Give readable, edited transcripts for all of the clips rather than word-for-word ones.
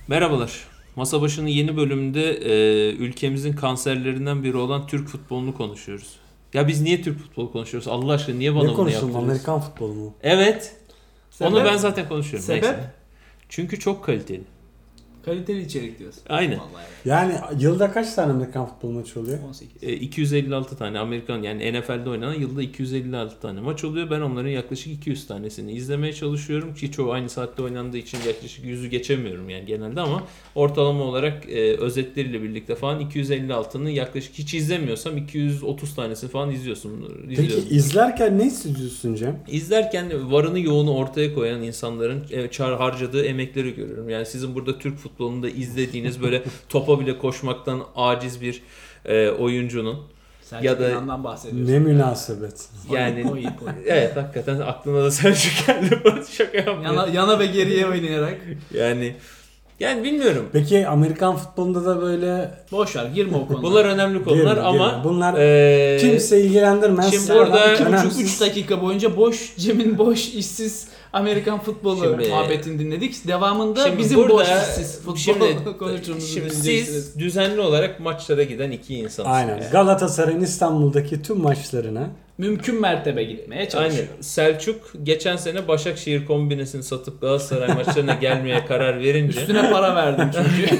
Merhabalar. Masa başının yeni bölümünde ülkemizin kanserlerinden biri olan Türk futbolunu konuşuyoruz. Ya biz niye Türk futbolu konuşuyoruz? Allah aşkına niye bana Ne bunu konuşalım? yaptırıyorsun? Amerikan futbolu mu? Evet. Sebep? Onu ben zaten konuşuyorum. Sebep? Neyse. Çünkü çok kaliteli. Kaliteli içerik diyorsun. Aynen. Vallahi evet. Yani yılda kaç tane Amerikan futbol maçı oluyor? 18. 256 tane Amerikan yani NFL'de oynanan yılda 256 tane maç oluyor. Ben onların yaklaşık 200 tanesini izlemeye çalışıyorum ki çoğu aynı saatte oynandığı için yaklaşık 100'ü geçemiyorum yani genelde ama ortalama olarak özetleriyle birlikte falan 256'nın yaklaşık hiç izlemiyorsam 230 tanesi falan izliyorum. Peki izlerken ne hissediyorsun Cem? İzlerken varını yoğunu ortaya koyan insanların harcadığı emekleri görüyorum. Yani sizin burada Türk futbolunda izlediğiniz böyle topa bile koşmaktan aciz bir oyuncunun Selçuk ya da İnan'dan bahsediyorsun. Ne münasebet. yani Oy. evet hakikaten aklına da Selçuk geldi. Şaka yapmıyorum. Yana ve geriye oynayarak. Yani bilmiyorum. Peki Amerikan futbolunda da böyle Boş ver, girme o konuda. Bunlar önemli konular Girme, ama girme. Bunlar e, kimse ilgilendirmez. şimdi Sıradan burada 2,5-3 dakika boyunca Cem'in boş işsiz Amerikan futbolu Şimdi- muhabbetini dinledik. Devamında Şimdi bizim burada- boş işsiz futbol şimdi konuştuğumuzu siz dinleyeceksiniz. düzenli olarak maçlara giden iki insansınız. Aynen. Galatasaray'ın İstanbul'daki tüm maçlarına Mümkün mertebe gitmeye çalışıyor. Aynen. Selçuk geçen sene Başakşehir kombinesini satıp Galatasaray maçlarına gelmeye karar verince Üstüne para verdim çünkü.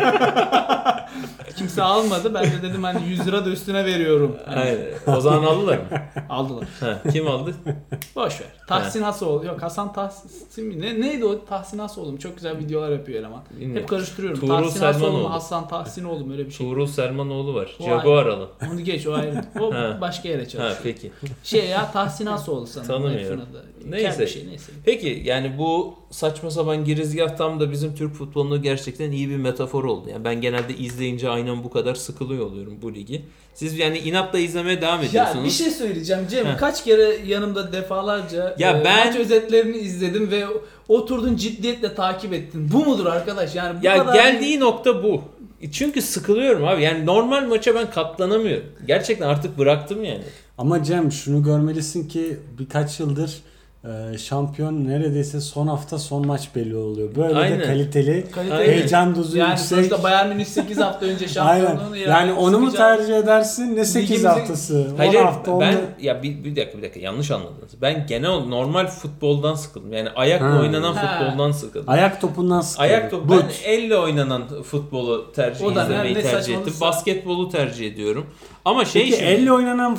Kimse almadı. Ben de dedim hani 100 lira da üstüne veriyorum. Aynen. O zaman aldılar mı? Aldılar. Ha, kim aldı? Boş ver. Tahsin Hasoğlu. Yok Hasan Tahsin mi? Neydi o? Tahsin Hasoğlu mu? Çok güzel videolar yapıyor eleman. Bilmiyorum. Hep karıştırıyorum. Tuğrul Tahsin Hasoğlu Selmanoğlu. mu? Hasan Tahsinoğlu mu? Öyle bir şey. Tuğrul Selmanoğlu var. O Jaguar alı. Onu geç o ayrı. O Ha. başka yere Ha çalışıyor. peki. Tahsin Hasoğlu sanırım. Tanımıyorum. Herifin adı. Neyse. Kel bir şey, neyse. Peki yani bu saçma sapan girizgah tam da bizim Türk futboluna gerçekten iyi bir metafor oldu. Yani ben genelde izleyince aynen bu kadar sıkılıyor oluyorum bu ligi. Siz yani inatla izlemeye devam ediyorsunuz. Ya bir şey söyleyeceğim Cem. Heh. Kaç kere yanımda defalarca ben- maç özetlerini izledim ve oturdun ciddiyetle takip ettin. Bu mudur arkadaş? Yani bu Ya kadar geldiği nokta bu. Çünkü sıkılıyorum abi. Yani normal maça ben katlanamıyorum. Gerçekten artık bıraktım yani. ama Cem şunu görmelisin ki birkaç yıldır şampiyon neredeyse son hafta son maç belli oluyor. Böyle Aynen. de kaliteli, Kaliteli. heyecan dozu yani yüksek. sonuçta Bayern Münih 8 hafta önce Aynen. şampiyonluğunu Yani onu mu sıkacak. tercih edersin ne 8 Ligimizin- haftası? 10 Hayır hafta ben onu... ya bir dakika yanlış anladınız. Ben genel normal futboldan sıkıldım. Yani ayakla Ha. oynanan Ha. futboldan sıkıldım. Ayak topundan sıkıldı. Ayak topu But. ben elle oynanan futbolu O da izlemeyi ne tercih saçmalıksa. ettim. Basketbolu tercih ediyorum. Ama Peki şimdi elle oynanan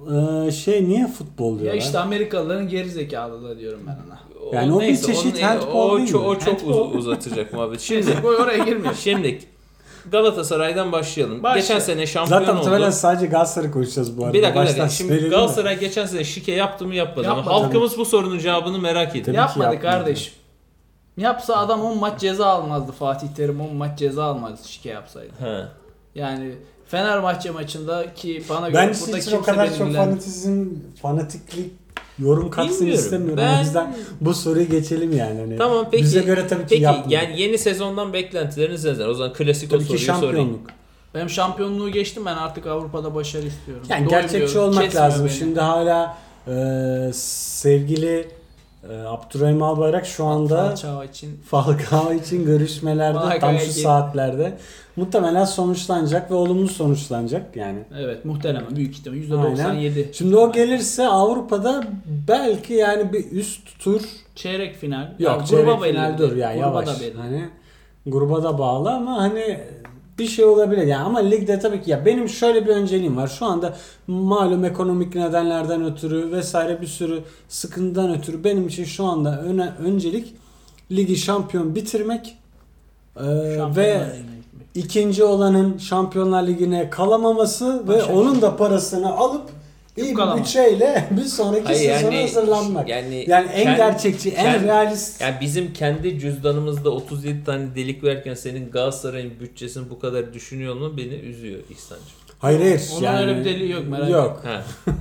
niye futbol Ya diyorlar? işte Amerikalıların geri zekalılığı diyorum ben ona. Yani o bir çeşit handball değil mi? O çok Handball. uzatacak muhabbet. Şimdi Oraya girmiyor. Galatasaray'dan başlayalım. Başla. Geçen sene şampiyon Zaten muhtemelen oldu. sadece Galatasaray konuşacağız bu arada. Bir dakika. Baştan Şimdi söyleyelim de. Galatasaray geçen sene şike yaptı mı yapmadı mı? Yapmadı. Halkımız bu sorunun cevabını merak ediyor. Tabii ki Yapmadı yapmadı. kardeşim. Yapsa adam 10 maç ceza almazdı. Fatih Terim 10 maç ceza almazdı şike yapsaydı. He. Yani Fenerbahçe maçında ki bana göre Ben burada sizin için kimse o kadar beni çok bilen- fanatiklik yorum katsın Bilmiyorum. istemiyorum. Ben- O yüzden bu soruyu geçelim yani. Hani Tamam peki. bize göre tabii ki peki, yapmadı. yani yeni sezondan beklentileriniz neler? O zaman klasik o Tabii ki soruyu sorayım. şampiyonluk. Benim şampiyonluğu geçtim, ben artık Avrupa'da başarı istiyorum. Yani gerçekçi Doymuyorum, olmak kesmiyor lazım. beni. Şimdi hala sevgili Abdurrahim Albayrak şu anda Falcao için Falcao için görüşmelerde Falcao'ya tam şu gel- saatlerde muhtemelen sonuçlanacak ve olumlu sonuçlanacak yani. evet muhtemelen büyük ihtimal Aynen. %97. Şimdi o gelirse Avrupa'da belki yani bir üst tur Çeyrek final. yok Yani çeyrek gruba final belirli. dur ya Gruba yavaş. da belirli. Hani gruba da bağlı ama hani bir şey olabilir yani ama ligde tabii ki ya benim şöyle bir önceliğim var. Şu anda malum ekonomik nedenlerden ötürü vesaire bir sürü sıkıntıdan ötürü benim için şu anda öncelik ligi şampiyon bitirmek Şampiyonlar ve Ligi'ne gitmek. ikinci olanın Şampiyonlar Ligi'ne kalamaması ve Başak. onun da parasını alıp iyi bir kalama. bütçeyle bir sonraki Hayır, sezona hazırlanmak. Yani, En gerçekçi, en realist. Yani bizim kendi cüzdanımızda 37 tane delik verken senin Galatasaray'ın bütçesini bu kadar düşünüyor mu beni üzüyor İhsan'cığım. Hayır. Onun yani, öyle bir deliği yok, merak Yok. Ha.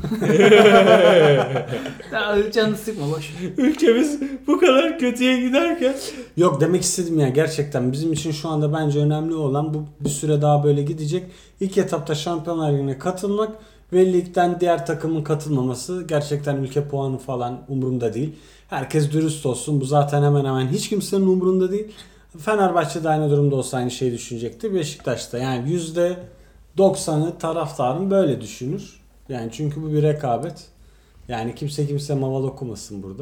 Ya, canını sıkma boş. Ülkemiz bu kadar kötüye giderken Yok demek istedim ya gerçekten bizim için şu anda bence önemli olan bu bir süre daha böyle gidecek. İlk etapta Şampiyonlar Ligi'ne katılmak ve ligden diğer takımın katılmaması gerçekten ülke puanı falan umurumda değil. Herkes dürüst olsun. Bu zaten hemen hemen hiç kimsenin umurunda değil. Fenerbahçe'de aynı durumda olsa aynı şeyi düşünecekti. Beşiktaş'ta yani %90'ı taraftarın böyle düşünür. Yani çünkü bu bir rekabet. Yani kimse maval okumasın burada.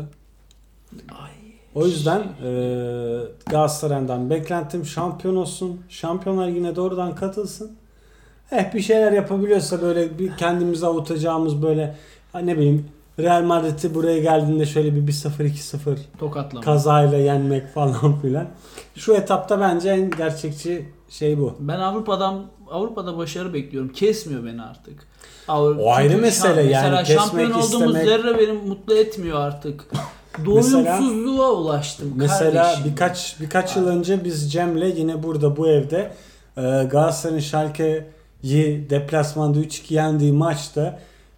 O yüzden Galatasaray'dan beklentim şampiyon olsun. Şampiyonlar Ligi'ne doğrudan katılsın. Bir şeyler yapabiliyorsa böyle bir kendimizi avutacağımız böyle ne bileyim Real Madrid'i buraya geldiğinde şöyle bir 1-0 2-0 Tokatlama. kazayla yenmek falan filan. Şu etapta bence en gerçekçi şey bu. Ben Avrupa'da başarı bekliyorum. Kesmiyor beni artık. O ayrı mesele yani, mesela kesmek şampiyon olduğumuz istemek. zerre beni mutlu etmiyor artık. Doyumsuzluğa ulaştım Mesela kardeşim. birkaç yıl önce biz Cem'le yine burada bu evde Galatasaray'ın Schalke'yi deplasmanda 3-2 yendiği maçta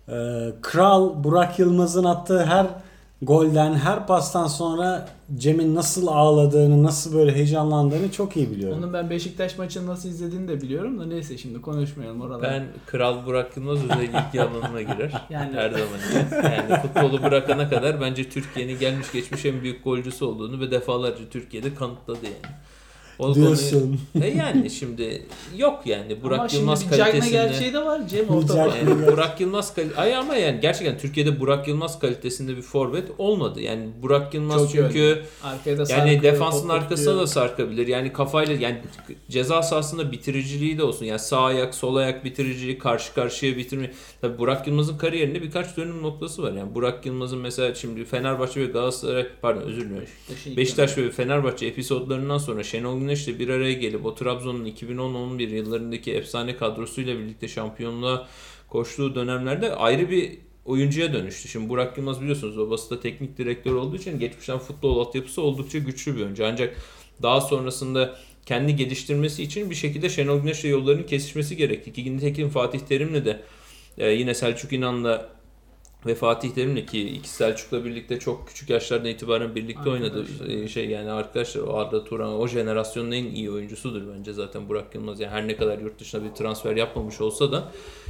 Kral Burak Yılmaz'ın attığı her golden, her pastan sonra Cem'in nasıl ağladığını, nasıl böyle heyecanlandığını çok iyi biliyorum. Onun ben Beşiktaş maçını nasıl izlediğini de biliyorum da neyse şimdi konuşmayalım oralarda. Ben Kral Burak Yılmaz özel ilgi alanına girer. Yani- Her zaman. Yani futbolu bırakana kadar bence Türkiye'nin gelmiş geçmiş en büyük golcüsü olduğunu ve defalarca Türkiye'de kanıtladı yani. O Diyorsun. yani şimdi yok yani Burak Ama şimdi Yılmaz bir Cagne kalitesinde. gerçeği de var Cem Bir ortada. Cagne- Yani Burak Yılmaz ama yani gerçekten Türkiye'de Burak Yılmaz kalitesinde bir forvet olmadı. Yani Burak Yılmaz Çok çünkü yönlü. Arkaya da yani sarkıyor, defansın top arkasına tutuyor. da sarkabilir. Yani kafayla yani ceza sahasında bitiriciliği de olsun. Yani sağ ayak, sol ayak bitiriciliği, karşı karşıya bitirme. Tabii Burak Yılmaz'ın kariyerinde birkaç dönüm noktası var. Yani Burak Yılmaz'ın mesela şimdi Fenerbahçe ve Galatasaray özür dilerim. Beşiktaş ve Fenerbahçe episodlarından sonra Şenol Güneş'le bir araya gelip o Trabzon'un 2010-11 yıllarındaki efsane kadrosuyla birlikte şampiyonluğa koştuğu dönemlerde ayrı bir oyuncuya dönüştü. Şimdi Burak Yılmaz biliyorsunuz babası da teknik direktör olduğu için geçmişten futbol altyapısı oldukça güçlü bir oyuncu. Ancak daha sonrasında kendi geliştirmesi için bir şekilde Şenol Güneş'le yollarının kesişmesi gerekti. Ki nitekim Fatih Terim'le de yine Selçuk İnan'la ve Fatih Terim'le ki ikisi Selçuk'la birlikte çok küçük yaşlardan itibaren birlikte oynadı. Yani arkadaşlar o Arda Turan o jenerasyonun en iyi oyuncusudur bence zaten Burak Yılmaz. Yani her ne kadar yurt dışına bir transfer yapmamış olsa da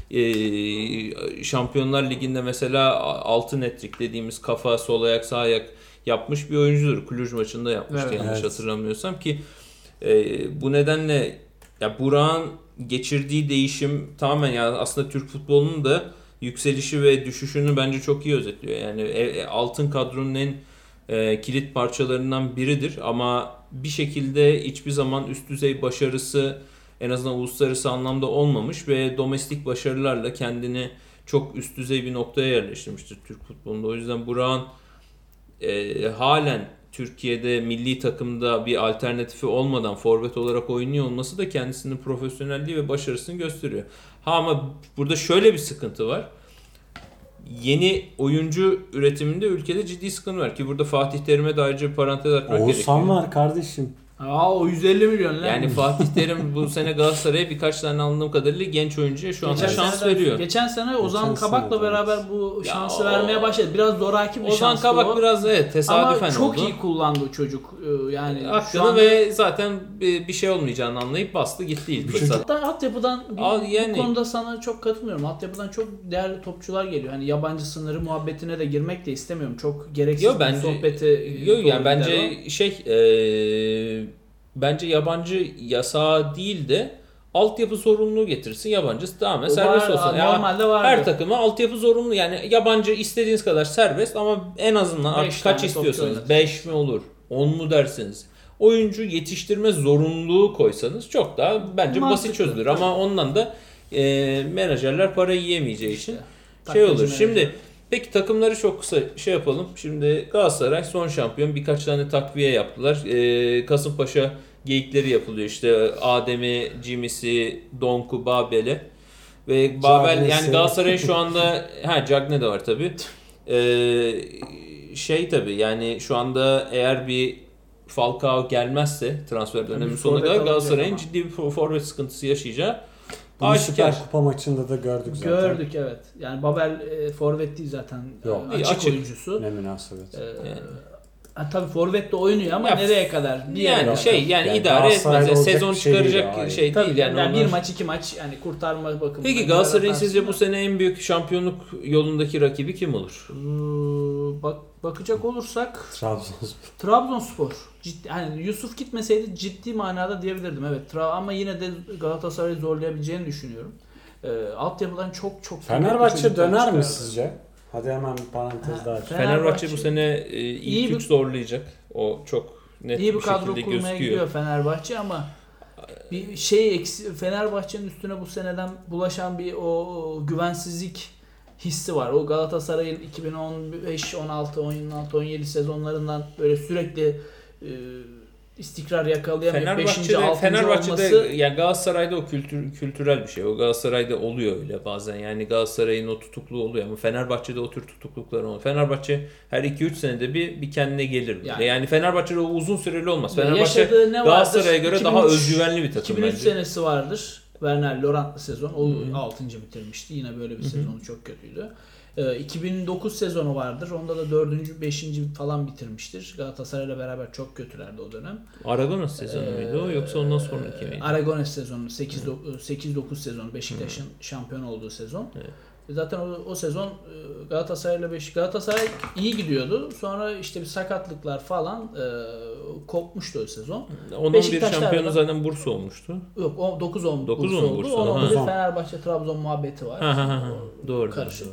Şampiyonlar Ligi'nde mesela altın hat-trick dediğimiz kafa, sol ayak, sağ ayak yapmış bir oyuncudur. Cluj maçında yapmıştı Evet. yanlış hatırlamıyorsam ki bu nedenle ya Burak'ın geçirdiği değişim tamamen ya aslında Türk futbolunun da yükselişi ve düşüşünü bence çok iyi özetliyor. Yani altın kadronun en kilit parçalarından biridir ama bir şekilde hiçbir zaman üst düzey başarısı en azından uluslararası anlamda olmamış ve domestik başarılarla kendini çok üst düzey bir noktaya yerleştirmiştir Türk futbolunda. O yüzden Burak'ın halen Türkiye'de milli takımda bir alternatifi olmadan forvet olarak oynuyor olması da kendisinin profesyonelliği ve başarısını gösteriyor. Ama burada şöyle bir sıkıntı var. Yeni oyuncu üretiminde ülkede ciddi sıkıntı var ki burada Fatih Terim'e de ayrıca bir parantez açmak gerekiyor. Oğuzhan var kardeşim. O 150 milyon lan. Yani Fatih Terim bu sene Galatasaray'a birkaç tane anladığım kadarıyla genç oyuncuya şu anda şans veriyor. Geçen sene Ozan Kabak'la sene, beraber bu şansı Ya vermeye başladı. Biraz zoraki bir Ozan şanstı Kabak o. biraz tesadüfen Ama çok oldu. iyi kullandı o çocuk. Yani şu Hakkını anda ve zaten bir şey olmayacağını anlayıp bastı gitti ilk fırsatta. hatta altyapıdan Yani- bu konuda sana çok katılmıyorum. Altyapıdan çok değerli topçular geliyor. Hani yabancı sınırı muhabbetine de girmek de istemiyorum. Çok gereksiz Yo bir bence sohbeti. yani bence bence yabancı yasağı değil de altyapı zorunluluğu getirsin. Yabancısı tamamen serbest olsun. Ya Normalde vardı. her takıma altyapı zorunlu. Yani yabancı istediğiniz kadar serbest ama en azından Beş artık kaç tane istiyorsanız topçu 5 mi olur? 10 mu dersiniz? Oyuncu yetiştirme zorunluluğu koysanız çok daha bence Mantıklı, basit çözülür. tabii. Ama ondan da menajerler para yiyemeyeceği için İşte, olur. taklacı Şimdi menajer. peki takımları çok kısa yapalım. Şimdi Galatasaray son şampiyon, birkaç tane takviye yaptılar. Kasımpaşa geyikleri yapılıyor işte Adem'i, Jimmy'si, Donku, Babel'i ve Babel Cagne'si. yani Galatasaray'ın şu anda Cagne de var tabii. Tabii yani şu anda eğer bir Falcao gelmezse transfer dönemi bir sonuna forvet kadar alacak Galatasaray'ın ama. ciddi bir forvet sıkıntısı yaşayacağı Bunu aşikar. Süper Kupa maçında da gördük zaten. Gördük evet. Yani Babel forvet değil zaten. Yok. Açık oyuncusu. Ne münasebet. Tabii forvet de oynuyor ama Ya, nereye kadar? Bir yere Yani kadar. idare Galatasaray'da etmez. olacak Sezon bir şey değil çıkaracak o, şey Tabii değil yani. yani bir onlar- maç iki maç yani kurtarma bakımından. Peki Galatasaray'ın yaratarsın sizce da. bu sene en büyük şampiyonluk yolundaki rakibi kim olur? bakacak olursak Trabzonspor. Ciddi, hani Yusuf gitmeseydi ciddi manada diyebilirdim. Evet. Ama yine de Galatasaray'ı zorlayabileceğini düşünüyorum. Altyapıdan çok Fenerbahçe döner mi sizce? Hadi hemen bir parantez daha aç. Fenerbahçe bu sene ilk 3 zorlayacak. O çok net iyi bir bir kadro şekilde kurmaya gözüküyor. gidiyor Fenerbahçe ama bir Fenerbahçe'nin üstüne bu seneden bulaşan bir o güvensizlik hissi var. O Galatasaray'ın 2015, 16, 16, 17 sezonlarından böyle sürekli istikrar yakalayamıyor. 5. 6. Fenerbahçe'de olması yani Galatasaray'da o kültürel bir şey. O Galatasaray'da oluyor öyle bazen. Yani Galatasaray'ın o tutukluğu oluyor ama Fenerbahçe'de o tür tutukluklar olmuyor. Fenerbahçe her 2-3 senede bir kendine gelir. Yani Fenerbahçe'de o uzun süreli olmaz. Fenerbahçe Galatasaray'a göre daha özgüvenli bir takım 2003 bence. senesi vardır. Werner Lorant'lı sezon. O 6. bitirmişti. Yine böyle bir sezonu çok kötüydü. 2009 sezonu vardır. Onda da 4. 5. falan bitirmiştir. Galatasaray'la beraber çok kötülerdi o dönem. Aragones sezonu muydu o yoksa ondan sonraki miydi? Aragones sezonu 8-9 sezonu Beşiktaş'ın şampiyon olduğu sezon. Evet. Zaten o sezon Galatasaray'la Galatasaray iyi gidiyordu. Sonra işte bir sakatlıklar falan kopmuştu o sezon. Onun bir şampiyonu zaten Bursa olmuştu. Yok o 9-10 9-10 Bursa oldu. Bursa. Onun bir Fenerbahçe Trabzon muhabbeti var. Doğru. Karışık.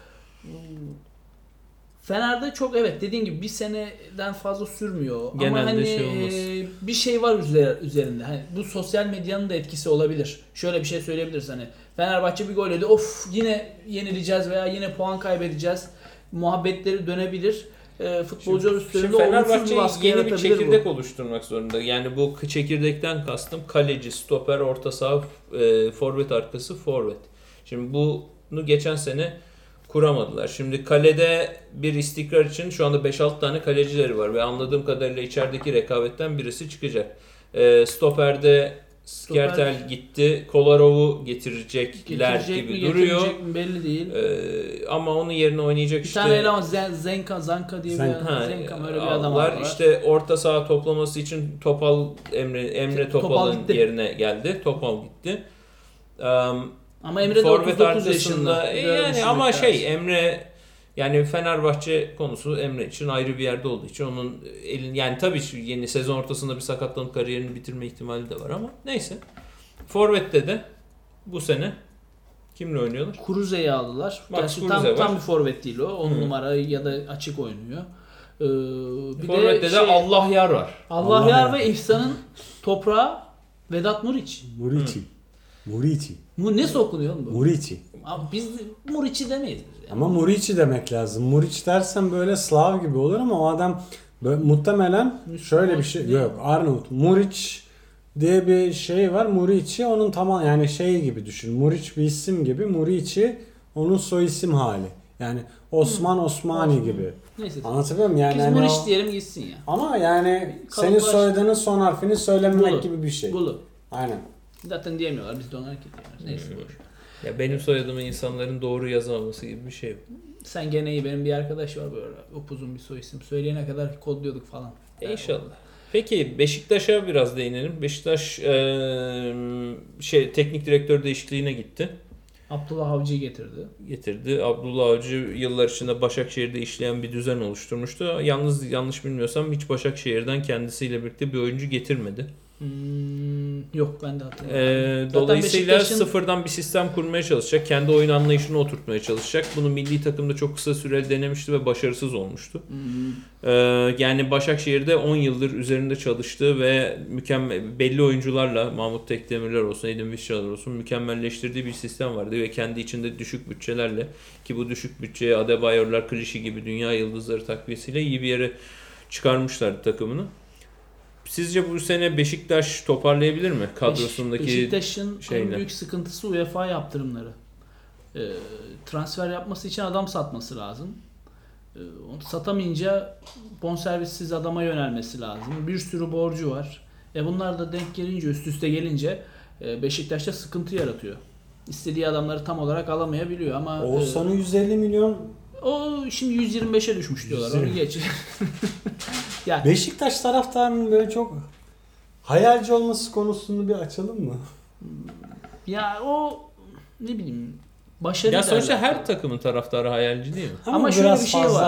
Fener'de çok evet dediğin gibi bir seneden fazla sürmüyor. Genelde ama hani bir şey var üzerinde. Hani bu sosyal medyanın da etkisi olabilir. Şöyle bir şey söyleyebiliriz hani Fenerbahçe bir gol yedi. Of yine yenileceğiz veya yine puan kaybedeceğiz. Muhabbetleri dönebilir. Futbolcular üstlerinde olumsuz bir baskı yeni bir yaratabilir çekirdek bu. oluşturmak zorunda. Yani bu çekirdekten kastım kaleci, stoper, orta saha, forvet arkası, forvet. Şimdi bunu geçen sene kuramadılar. Şimdi kalede bir istikrar için şu anda 5-6 tane kalecileri var ve anladığım kadarıyla içerideki rekabetten birisi çıkacak. Stoper'de Skertel gitti. Kolarov'u getirecekler gibi duruyor. Getirecek mi belli değil. Ama onun yerine oynayacak bir işte. tane eleman Zanka diye bir öyle bir adam var. İşte orta saha toplaması için Emre Topal'ın yerine geldi. Topal gitti. Ama Emre de 39 yaşında. Yani ama Emre yani Fenerbahçe konusu Emre için ayrı bir yerde olduğu için onun yani tabii yeni sezon ortasında bir sakatlanıp kariyerini bitirme ihtimali de var ama neyse. Forvet'te de bu sene kimle oynuyorlar? Kuruze'yi aldılar. Gerçi tam bir forvet değil o. 10 numara ya da açık oynuyor. Forvet'te de Allah Yar var. Allah Yar ve İhsan'ın toprağı Vedat Muriç. Muriçi. Ne okunuyor bu? Muriçi. Abi biz Muriçi demeyiz. Yani. Ama Muriçi demek lazım. Muriç dersen böyle Slav gibi olur ama o adam böyle, muhtemelen şöyle bir şey yok. Arnavut. Muriç diye bir şey var. Muriçi onun tamam yani şey gibi düşün. Muriç bir isim gibi. Muriçi onun soy isim hali. Yani Osmani gibi. Neyse. Anlatabiliyor muyum? Yani biz hani Muriç diyelim gitsin ya. Ama yani senin soyadının son harfini söylememek gibi bir şey. Bulu. Aynen. Zaten diyemiyorlar. Biz de onlar diyorlar. Neyse boş. Ya benim soyadımı insanların doğru yazamaması gibi bir şey. Sen gene iyi. Benim bir arkadaş var böyle upuzun bir soy isim. Söyleyene kadar kodluyorduk falan. İnşallah. Peki Beşiktaş'a biraz değinelim. Beşiktaş teknik direktör değişikliğine gitti. Abdullah Avcı'yı getirdi. Abdullah Avcı yıllar içinde Başakşehir'de işleyen bir düzen oluşturmuştu. Yalnız yanlış bilmiyorsam hiç Başakşehir'den kendisiyle birlikte bir oyuncu getirmedi. Yok ben de hatırlamıyorum. Dolayısıyla sıfırdan bir sistem kurmaya çalışacak. Kendi oyun anlayışını oturtmaya çalışacak. Bunu milli takımda çok kısa sürede denemişti ve başarısız olmuştu. Yani Başakşehir'de 10 yıldır üzerinde çalıştığı ve belli oyuncularla Mahmut Tekdemirler olsun, Edin Viscalar olsun mükemmelleştirdiği bir sistem vardı ve kendi içinde düşük bütçelerle ki bu düşük bütçeye Adebayorlar, Klişi gibi dünya yıldızları takviyesiyle iyi bir yere çıkarmışlardı takımını. Sizce bu sene Beşiktaş toparlayabilir mi kadrosundaki Beşiktaş'ın en büyük sıkıntısı UEFA yaptırımları. Transfer yapması için adam satması lazım. Satamayınca bonservissiz adama yönelmesi lazım. Bir sürü borcu var. Bunlar da denk gelince üst üste gelince Beşiktaş'ta sıkıntı yaratıyor. İstediği adamları tam olarak alamayabiliyor ama Oğuzhan'ı 150 milyon o şimdi 125'e düşmüş diyorlar. Onu geç. Yani Beşiktaş taraftarının böyle çok hayalci olması konusunu bir açalım mı? Ya o ne bileyim başarı ya sonuçta her takımın taraftarı hayalci değil mi? Ama şöyle bir şey var. Ya.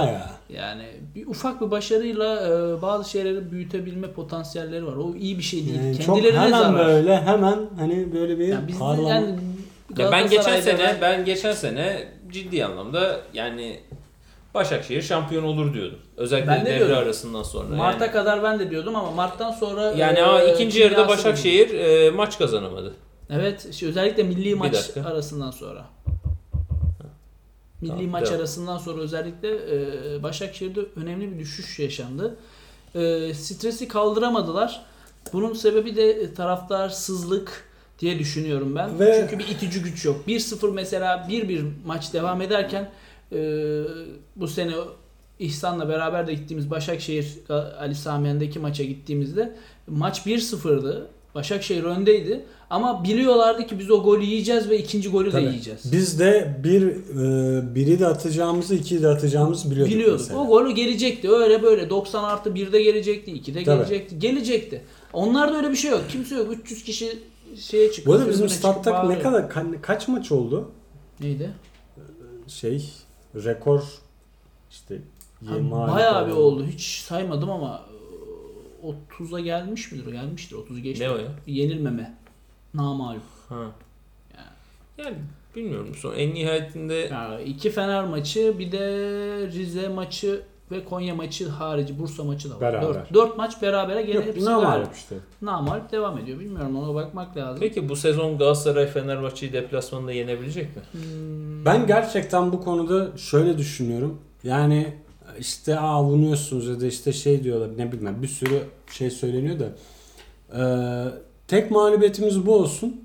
Yani bir ufak bir başarıyla bazı şeyleri büyütebilme potansiyelleri var. O iyi bir şey değil. Yani çok Kendilerine hemen zarar. böyle hemen hani böyle bir Yani bizde parlama. yani Ya Galatasaray'da ben geçen sene ciddi anlamda yani Başakşehir şampiyon olur diyordum. Özellikle Ben de devre diyordum. arasından sonra. Mart'a kadar ben de diyordum ama Mart'tan sonra yani ama ikinci yarıda kimyası Başakşehir maç kazanamadı. evet, özellikle milli maç dakika. arasından sonra. Milli Tamam, maç devam. arasından sonra özellikle Başakşehir'de önemli bir düşüş yaşandı. Stresi kaldıramadılar. Bunun sebebi de taraftarsızlık diye düşünüyorum ben. Ve- Çünkü bir itici güç yok. 1-0 mesela 1-1 maç devam ederken bu sene İhsan'la beraber de gittiğimiz Başakşehir Ali Sami Yen'deki maça gittiğimizde maç 1-0'dı. Başakşehir öndeydi ama biliyorlardı ki biz o golü yiyeceğiz ve ikinci golü de Tabii. yiyeceğiz. Biz de biri de atacağımızı, ikiyi de atacağımızı biliyorduk. mesela. O golü gelecekti. Öyle böyle 90+1'de gelecekti, 2'de Tabii. gelecekti. Gelecekti. Onlarda öyle bir şey yok. Kimse yok. 300 kişi şeye çıkıyor. Bu arada bizim tribüne çıkıp statta ne bağırıyor. kadar kaç maç oldu? Neydi? Rekor işte Bayağı bir oldu. Hiç saymadım ama 30'a gelmiş midir? Gelmiştir. 30'u geçti. Ne o ya? Yenilmeme. Namağlup. Ha. Yani bilmiyorum. Son en nihayetinde Yani 2 Fener maçı, bir de Rize maçı ve Konya maçı harici Bursa maçı da var. Beraber. 4 maç berabere gene Yok, hepsi ne var galip. işte. Namağlup devam ediyor. Bilmiyorum, ona bakmak lazım. peki bu sezon Galatasaray Fenerbahçe'yi deplasmanda yenebilecek mi? Ben gerçekten bu konuda şöyle düşünüyorum. Yani işte avunuyorsunuz ya da işte şey diyorlar, ne bilmem, bir sürü şey söyleniyor da tek mağlubiyetimiz bu olsun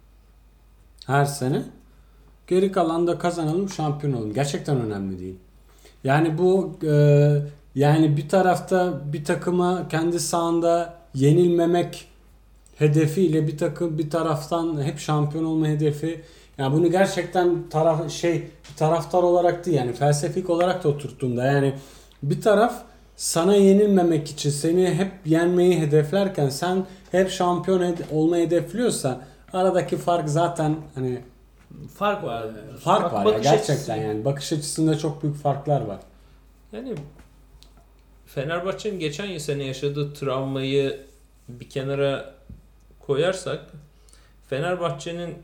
her sene. Geri kalan da kazanalım, şampiyon olalım. Gerçekten önemli değil. Yani bu yani bir tarafta bir takıma kendi sahanda yenilmemek hedefiyle bir taraftan hep şampiyon olma hedefi. Yani bunu gerçekten taraftar olarak değil, yani felsefik olarak da oturttuğunda, yani bir taraf sana yenilmemek için seni hep yenmeyi hedeflerken sen hep şampiyon olmayı hedefliyorsa aradaki fark zaten hani Fark var. fark var ya, Bakış gerçekten açısı. yani bakış açısında çok büyük farklar var. Yani Fenerbahçe'nin geçen sene yaşadığı travmayı bir kenara koyarsak Fenerbahçe'nin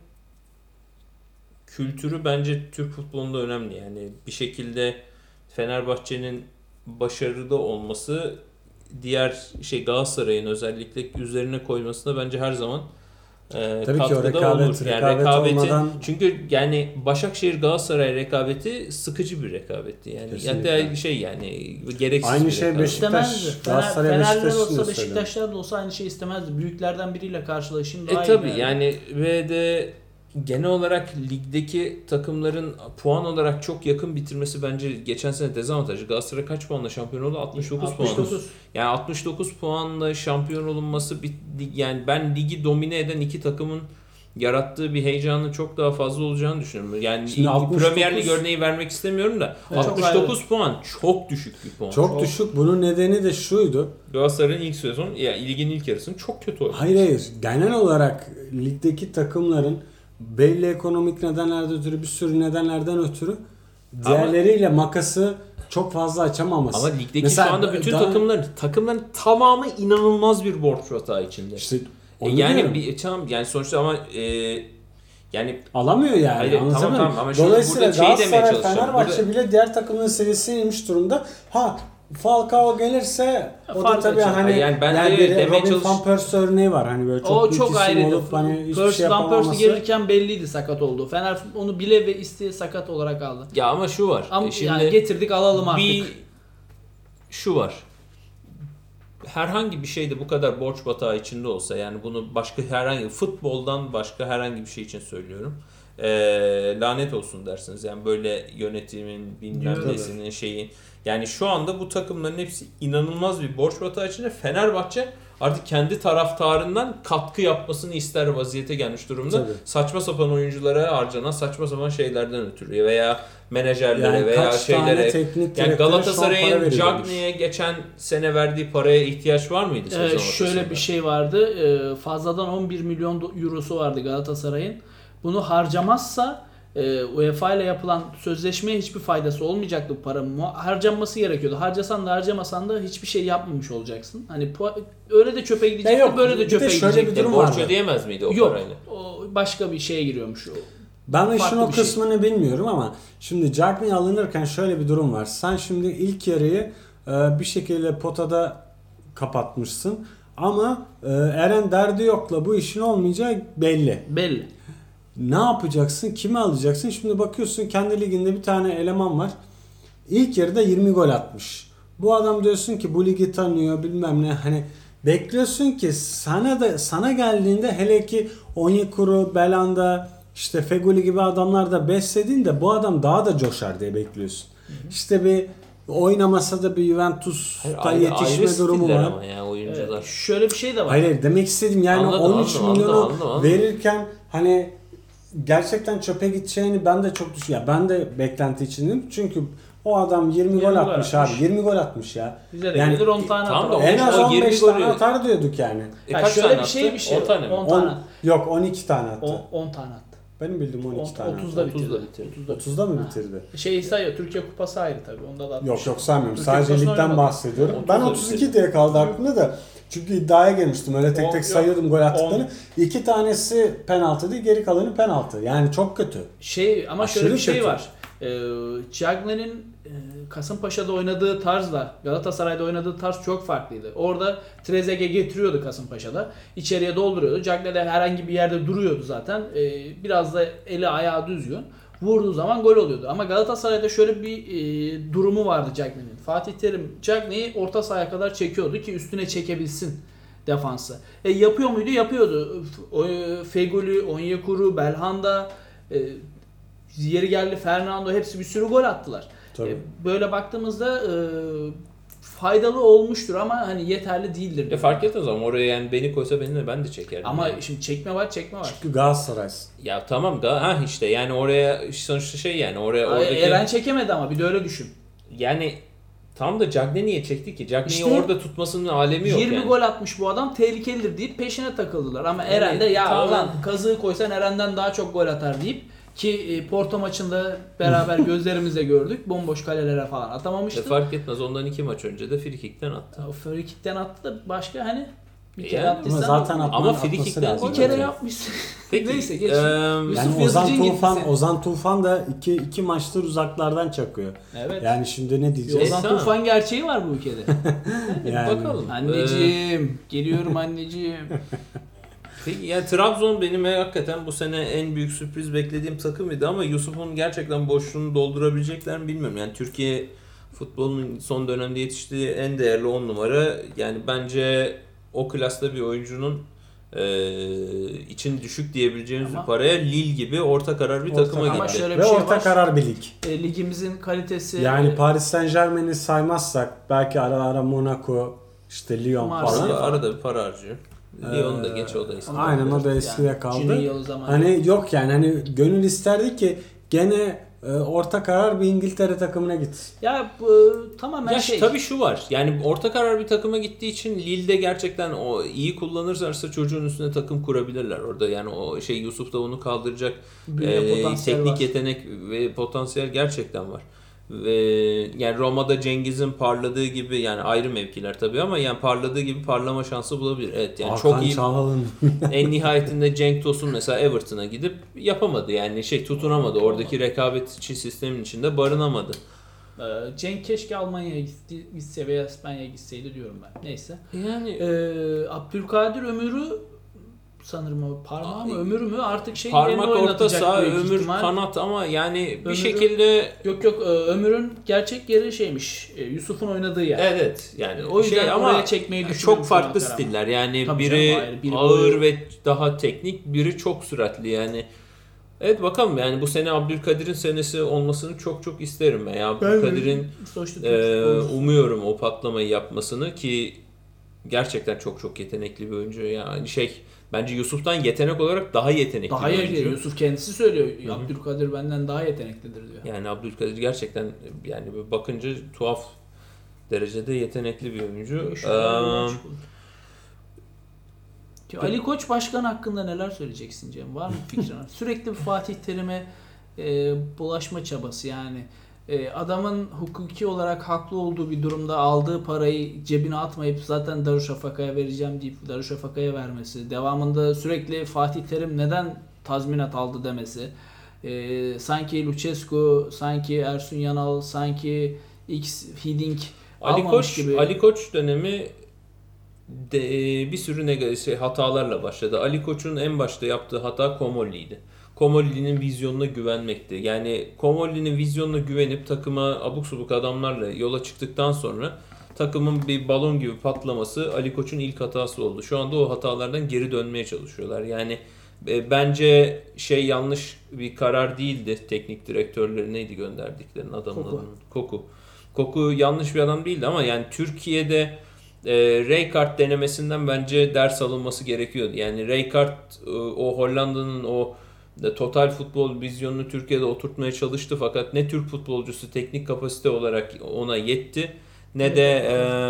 kültürü bence Türk futbolunda önemli. Yani bir şekilde Fenerbahçe'nin başarıda olması diğer Galatasaray'ın özellikle üzerine koymasına bence her zaman Tabii ki o katkıda olur. Yani rekabet olmadan çünkü yani Başakşehir Galatasaray rekabeti sıkıcı bir rekabetti. Yani Kesinlikle. hatta yani gereksiz Aynı bir şey rekabet. İstemezdi. Galatasaray, Fenerler Beşiktaş için de olsa, söylüyorum. Beşiktaşlar da olsa aynı şey istemezdi. Büyüklerden biriyle karşılaşayım daha iyi. Tabii yani ve de genel olarak ligdeki takımların puan olarak çok yakın bitirmesi bence geçen sene dezavantajı. Galatasaray kaç puanla şampiyon oldu? 69 puan. 69. Yani 69 puanla şampiyon olunması yani ben ligi domine eden iki takımın yarattığı bir heyecanın çok daha fazla olacağını düşünüyorum. Yani Şimdi 69 Premier Lig örneği vermek istemiyorum da Evet, çok 69 puan çok düşük bir puan. çok düşük. Bunun nedeni de şuydu. Galatasaray'ın ilk sezon yani ligin ilk yarısını çok kötü oynadı. Hayır. Genel olarak ligdeki takımların belli ekonomik nedenlerden ötürü, bir sürü nedenlerden ötürü diğerleriyle makası çok fazla açamaması. Ama ligdeki Mesela şu anda bütün daha- takımların tamamı inanılmaz bir borç hatağı içinde. İşte onu Yani diyorum. tamam yani sonuçta ama yani Alamıyor yani. Hayır, Anlatabiliyor tamam, muyum? ama şimdi Dolayısıyla burada şeyi demeye Galatasaray, çalışacağım. Fenerbahçe bile diğer takımların seviyesine inmiş durumda. Falcao gelirse o da Fark tabii açar. hani Yani ben yani demeye Robin çalış- van Persie örneği var. Hani böyle çok O büyük çok isim ayrıydı. olup hani hiçbir şey Van Persie yapamaması. gelirken belliydi sakat olduğu. Fener onu bile ve isteye sakat olarak aldı. ya ama şu var. Ama Şimdi yani getirdik alalım artık. bir şu var. Herhangi bir şeyde bu kadar borç batağı içinde olsa yani bunu başka herhangi futboldan başka herhangi bir şey için söylüyorum. Lanet olsun dersiniz. Yani böyle yönetimin bilmem Evet. nesinin şeyin. Yani şu anda bu takımların hepsi inanılmaz bir borç batağı içinde. Fenerbahçe artık kendi taraftarından katkı yapmasını ister vaziyete gelmiş durumda. Tabii. Saçma sapan oyunculara harcanan saçma sapan şeylerden ötürü veya menajerlere Yani veya kaç tane şeylere. teknik Yani direktöre şu an para Galatasaray'ın veriyormuş. Cagney'e geçen sene verdiği paraya ihtiyaç var mıydı sezon ortasında? Şöyle bir şey vardı. Fazladan 11 milyon eurosu vardı Galatasaray'ın. Bunu harcamazsa UEFA ile yapılan sözleşmeye hiçbir faydası olmayacaktı bu paranın. Harcanması gerekiyordu. Harcasan da harcamasan da hiçbir şey yapmamış olacaksın. Hani öyle de çöpe gidecekti, yok, böyle de bir çöpe de şöyle bir gidecekti. durum Borç vardı. ödeyemez miydi o Yok. parayla? O başka bir şeye giriyormuş o. Ben işin Farklı o bir şey. kısmını bilmiyorum ama şimdi Cagney alınırken şöyle bir durum var. Sen şimdi ilk yarıyı bir şekilde potada kapatmışsın ama Eren derdi yokla bu işin olmayacağı belli. Belli. Ne yapacaksın? Kimi alacaksın? Şimdi bakıyorsun kendi liginde bir tane eleman var. İlk yarıda 20 gol atmış. Bu adam diyorsun ki bu ligi tanıyor bilmem ne. Hani bekliyorsun ki sana geldiğinde hele ki Onyekuru, Belhanda, işte Feguli gibi adamlar da beslediğinde bu adam daha da coşar diye bekliyorsun. İşte bir oynamasa da bir Juventus'ta yetişme durumu stiller var. ama ya oyuncular. Şöyle bir şey de var. Hayır demek istedim yani Anladım, 13 anladım, milyonu anladım. verirken hani gerçekten çöpe gideceğini ben de çok düşünüyorum. Ben de beklenti içindeyim. Çünkü o adam 20 gol 20 gol atmış atmış. abi. 20 gol atmış ya. Bize de Yani gelir 10 tane tamam da atar. En az O 20 15 tane golü- atar diyorduk yani. Kaç şöyle tane bir şey attı? bir şey. 10 tane mi? 10 tane. Yok 12 tane attı. 10 tane attı. Benim bildiğim 12 tane. 30'da attı. bitirdi. 30'da bitirdi. 30'da mı bitirdi? Şey sayıyor. Türkiye Kupası ayrı tabii. Onda da atmış. Yok saymıyorum. Türkiye Sadece Kupası'nı ligden oynamadı. bahsediyorum. 30'da Ben 32 bitirdi. diye kaldı aklımda da. Çünkü iddiaya girmiştim. Öyle tek On- tek yok. sayıyordum gol attıklarını. 2 tanesi penaltı değil, geri kalanı penaltı. Yani çok kötü. Ama Aşırı şöyle bir şey kötü. var. Cagney'in Kasımpaşa'da oynadığı tarzla Galatasaray'da oynadığı tarz çok farklıydı. Orada Trezeguet getiriyordu Kasımpaşa'da. İçeriye dolduruyordu. Cagney de herhangi bir yerde duruyordu zaten. Biraz da eli ayağı düzgün. Vurduğu zaman gol oluyordu. Ama Galatasaray'da şöyle bir durumu vardı Cagney'in. Fatih Terim Cagney'i orta sahaya kadar çekiyordu ki üstüne çekebilsin defansı. Yapıyor muydu? Yapıyordu. Feguli, Onyekuru, Belhanda, yeri geldi Fernando, hepsi bir sürü gol attılar. Tabii. Böyle baktığımızda faydalı olmuştur ama hani yeterli değildir. Fark etmez ama oraya yani beni koysa ben de çekerdim. Ama yani. şimdi çekme var. Çünkü Galatasaray'sın. Ya tamam da işte yani oraya sonuçta şey yani oraya oradaki Eren çekemedi ama bir de öyle düşün. yani tam da Cagney niye çekti ki? Cagney'i İşte orada tutmasının alemi yok 20 yani. gol atmış bu adam, tehlikelidir deyip peşine takıldılar. Ama Eren de Evet, ya tamam. ulan kazığı koysan Eren'den daha çok gol atar deyip ki Porto maçında beraber gözlerimizle gördük. Bomboş kalelere falan atamamıştı. Fark etmez ondan 2 maç önce de frikikten attı. O free kick'ten attı da başka hani bir kere Yani attıysan Ama zaten Ama atması free kick'ten lazım. bir kere Evet. yapmışsın. Peki, Neyse geç. Yani Yusuf Ozan Yazıcı'nın Tufan, gittisi. Ozan Tufan da iki maçtır uzaklardan çakıyor. Evet. Yani şimdi ne diyeceğiz? Ozan tamam. Tufan gerçeği var bu ülkede. Yani. Bakalım. Anneciğim, geliyorum anneciğim. Peki yani Trabzon benim hakikaten bu sene en büyük sürpriz beklediğim takımıydı ama Yusuf'un gerçekten boşluğunu doldurabilecekler mi bilmiyorum. Yani Türkiye futbolunun son dönemde yetiştiği en değerli 10 numara. Yani bence o klasta bir oyuncunun için düşük diyebileceğimiz Ama- bir paraya Lille gibi orta karar bir Orta takıma Ama gitti. şöyle bir Ve şey orta var. karar bir lig. Ligimizin kalitesi Yani Paris Saint Germain'i saymazsak belki ara ara Monaco, işte Lyon Marsilya falan. Arada bir para harcıyor. Lyon da geç o da eski. Aynen o da eskide kaldı. Cüneyt Yıldız zamanı. Hani yok yani hani gönül isterdi ki gene orta karar bir İngiltere takımına gitsin. Ya tamamen Ya şey. tabii şu var. Yani orta karar bir takıma gittiği için Lille'de gerçekten o iyi kullanırlarsa çocuğun üstüne takım kurabilirler orada. Yani o şey Yusuf da onu kaldıracak Büyüme potansiyeli teknik var. yetenek ve potansiyel gerçekten var. Ve yani Roma'da Cengiz'in parladığı gibi yani ayrı mevkiler tabii ama yani parladığı gibi parlama şansı bulabilir. Evet yani Hakan çok iyi. Çalhanoğlu'nun En nihayetinde Cenk Tosun mesela Everton'a gidip yapamadı. Yani tutunamadı. Oradaki rekabetçi sistemin içinde barınamadı. Cenk keşke Almanya'ya gitse veya İspanya'ya gitseydi diyorum ben. Neyse. Yani Abdülkadir Ömür'ü sanırım o parmağı mı ömür mü artık şey parmak yerine orta oynatacak saha, büyük ömür ihtimal. kanat ama yani bir Ömür'ü- şekilde Yok Ömür'ün gerçek yeri şeymiş. Yusuf'un oynadığı yer. evet yani O yüzden şey ama oraya çekmeyi düşünüyorum çok şu farklı ana kadar ama. stiller. Yani Tabii biri canım, ayrı, biri ağır boyu. ve daha teknik, biri çok süratli yani. Evet bakalım yani bu sene Abdülkadir'in senesi olmasını çok çok isterim ben. Ya Abdülkadir'in Sonuçta Türk futbolu. umuyorum o patlamayı yapmasını ki gerçekten çok çok yetenekli bir oyuncu. Yani bence Yusuf'tan yetenek olarak daha yetenekli Daha bir iyi. oyuncu. Yusuf kendisi söylüyor. Abdülkadir benden daha yeteneklidir diyor. Yani Abdülkadir gerçekten yani bakınca tuhaf derecede yetenekli bir oyuncu. Ali Koç Başkan hakkında neler söyleyeceksin Cem? Var mı fikrin? Sürekli Fatih Terim'e bulaşma çabası yani. Adamın hukuki olarak haklı olduğu bir durumda aldığı parayı cebine atmayıp zaten Darüşşafaka'ya vereceğim deyip Darüşşafaka'ya vermesi, devamında sürekli Fatih Terim neden tazminat aldı demesi, sanki Lucescu, sanki Ersun Yanal, sanki X Hiddink almamış gibi. Ali Koç dönemi de, bir sürü negatif hatalarla başladı. Ali Koç'un en başta yaptığı hata Komolli'ydi. Komolli'nin vizyonuna güvenmekti. Yani Komolli'nin vizyonuna güvenip takıma abuk subuk adamlarla yola çıktıktan sonra takımın bir balon gibi patlaması Ali Koç'un ilk hatası oldu. Şu anda o hatalardan geri dönmeye çalışıyorlar. Yani bence yanlış bir karar değildi. Teknik direktörleri neydi gönderdiklerinin adamının? Koku yanlış bir adam değildi ama yani Türkiye'de Rijkaard denemesinden bence ders alınması gerekiyordu. Yani Rijkaard o Hollanda'nın o total futbol vizyonunu Türkiye'de oturtmaya çalıştı fakat ne Türk futbolcusu teknik kapasite olarak ona yetti ne de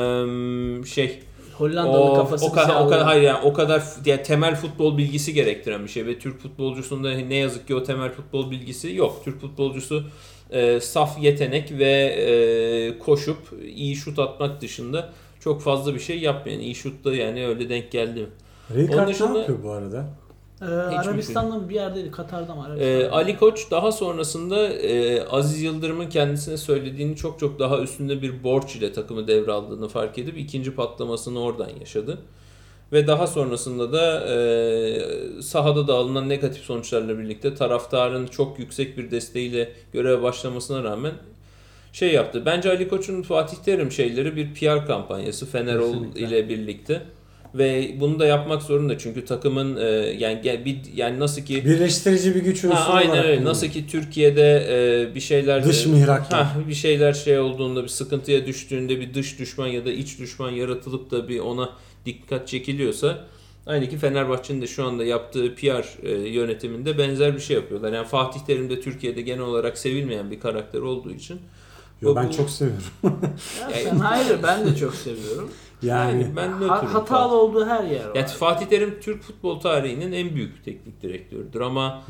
Hollandalı kafası o kadar yani temel futbol bilgisi gerektiren bir şey ve Türk futbolcusunda ne yazık ki o temel futbol bilgisi yok. Türk futbolcusu saf yetenek ve koşup iyi şut atmak dışında çok fazla bir şey yapmıyor. Yani iyi şutta yani öyle denk geldi mi? Rijkaard ne yapıyor bu arada? Arabistan'da bir yerdeydi. Katar'da mı? Arabistan'da. Ali Koç daha sonrasında Aziz Yıldırım'ın kendisine söylediğini çok daha üstünde bir borç ile takımı devraldığını fark edip ikinci patlamasını oradan yaşadı. Ve daha sonrasında da sahada da alınan negatif sonuçlarla birlikte taraftarın çok yüksek bir desteğiyle göreve başlamasına rağmen yaptı. Bence Ali Koç'un Fatih Terim şeyleri bir PR kampanyası Fenerol ile birlikte. Ve bunu da yapmak zorunda çünkü takımın yani nasıl ki birleştirici bir güç unsuru olarak. Aynen öyle. Nasıl ki Türkiye'de bir şeyler dış mihrak bir şeyler olduğunda bir sıkıntıya düştüğünde bir dış düşman ya da iç düşman yaratılıp da bir ona dikkat çekiliyorsa aynı ki Fenerbahçe'nin de şu anda yaptığı PR yönetiminde benzer bir şey yapıyorlar. Yani Fatih Terim de Türkiye'de genel olarak sevilmeyen bir karakter olduğu için. Ben çok seviyorum. Hayır ben de çok seviyorum. Yani ben hatalı olduğu her yer var. Yani Fatih Terim Türk futbol tarihinin en büyük teknik direktörüdür ama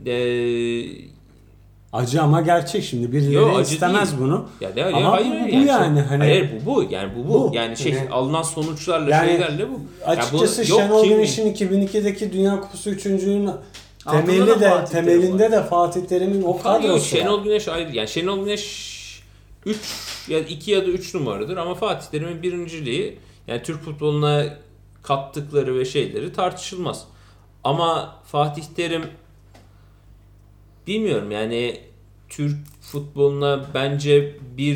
acı ama gerçek şimdi birileri istemez değil. bunu. Ama hayır, bu yani hani hayır bu yani bu. Yani alınan sonuçlarla şeylerle bu. Açıkçası Şenol Güneş'in 2002'deki Dünya Kupası üçüncülüğünün temelinde de Fatih Terim'in o kadrosu var. Şenol Güneş ayrı. Yani Şenol Güneş 2 ya da 3 numaradır ama Fatih Terim'in birinciliği yani Türk futboluna kattıkları ve şeyleri tartışılmaz. Ama Fatih Terim bilmiyorum yani Türk futboluna bence